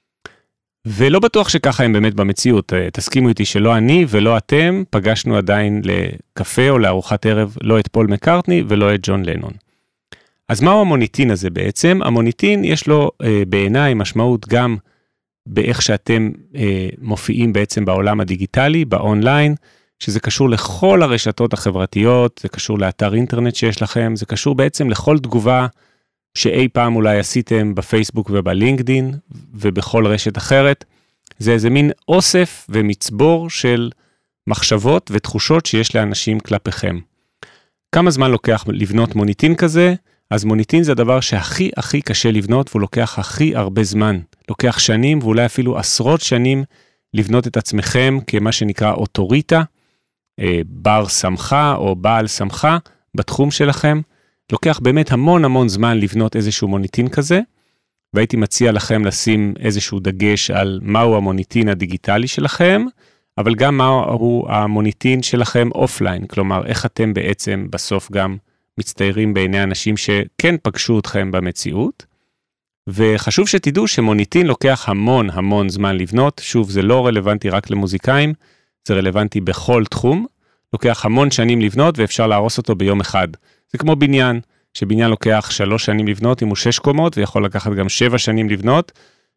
ולא בטוח שככה הם באמת במציאות, תסכימו איתי שלא אני ולא אתם פגשנו עדיין לקפה או לארוחת ערב, לא את פול מקארטני ולא את ג'ון לנון. אז מהו המוניטין הזה בעצם? המוניטין יש לו בעיניי משמעות גם באיך שאתם מופיעים בעצם בעולם הדיגיטלי, באונליין, שזה קשור לכל הרשתות החברתיות, זה קשור לאתר אינטרנט שיש לכם, זה קשור בעצם לכל תגובה שאי פעם אולי עשיתם בפייסבוק ובלינקדין ובכל רשת אחרת. זה איזה מין אוסף ומצבור של מחשבות ותחושות שיש לאנשים כלפיכם. כמה זמן לוקח לבנות מוניטין כזה? אז מוניטין זה הדבר שהכי הכי קשה לבנות, והוא לוקח הכי הרבה זמן. לוקח שנים ואולי אפילו עשרות שנים לבנות את עצמכם כמה שנקרא אוטוריטה, בר שמחה או בעל שמחה בתחום שלכם. לוקח באמת המון המון זמן לבנות איזשהו מוניטין כזה, והייתי מציע לכם לשים איזשהו דגש על מהו המוניטין הדיגיטלי שלכם, אבל גם מהו המוניטין שלכם אופליין, כלומר איך אתם בעצם בסוף גם מצטיירים בעיני אנשים שכן פגשו אתכם במציאות, וחשוב שתדעו שמוניטין לוקח המון המון זמן לבנות, שוב זה לא רלוונטי רק למוזיקאים, זה רלוונטי בכל תחום, לוקח המון שנים לבנות ואפשר להרוס אותו ביום אחד. זה כמו בניין, שבניין לוקח שלוש שנים לבנות אם הוא שש קומות, ויכול לקחת גם שבע שנים לבנות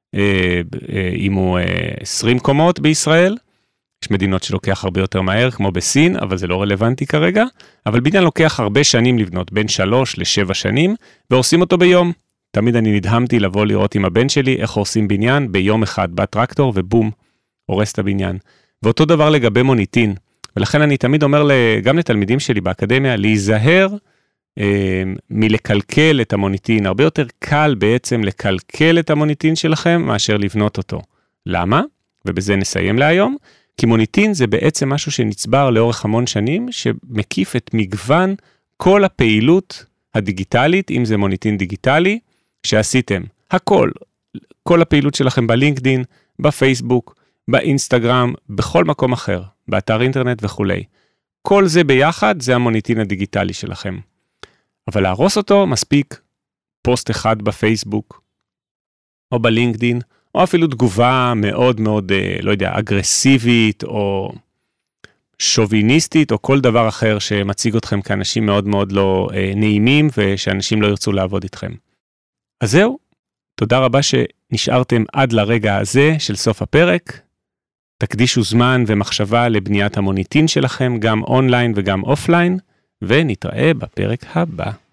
אם הוא עשרים קומות בישראל. יש מדינות שלוקח הרבה יותר מהר, כמו בסין, אבל זה לא רלוונטי כרגע. אבל בניין לוקח הרבה שנים לבנות, בין שלוש לשבע שנים, ועושים אותו ביום. תמיד אני נדהמתי לבוא לראות עם הבן שלי איך עושים בניין ביום אחד, בטרקטור ובום, הורס את הבניין. ואותו דבר לגבי מוניטין. ולכן אני תמיד אומר גם לתלמידים שלי באקדמיה, להיזהר אה, מלקלקל את המוניטין. הרבה יותר קל בעצם לקלקל את המוניטין שלכם, מאשר לבנות אותו. למה? ובזה נסיים להיום. כי מוניטין זה בעצם משהו שנצבר לאורך המון שנים, שמקיף את מגוון כל הפעילות הדיגיטלית, אם זה מוניטין דיגיטלי, שעשיתם. הכל, כל הפעילות שלכם בלינקדין, בפייסבוק, באינסטגרם, בכל מקום אחר, באתר אינטרנט וכו'. כל זה ביחד זה המוניטין הדיגיטלי שלכם. אבל להרוס אותו מספיק פוסט אחד בפייסבוק, או בלינקדין, או אפילו תגובה מאוד מאוד, לא יודע, אגרסיבית, או שוביניסטית, או כל דבר אחר שמציג אתכם כאנשים מאוד מאוד לא נעימים, ושאנשים לא ירצו לעבוד איתכם. אז זהו, תודה רבה שנשארתם עד לרגע הזה של סוף הפרק. תקדישו זמן ומחשבה לבניית המוניטין שלכם, גם אונליין וגם אופליין, ונתראה בפרק הבא.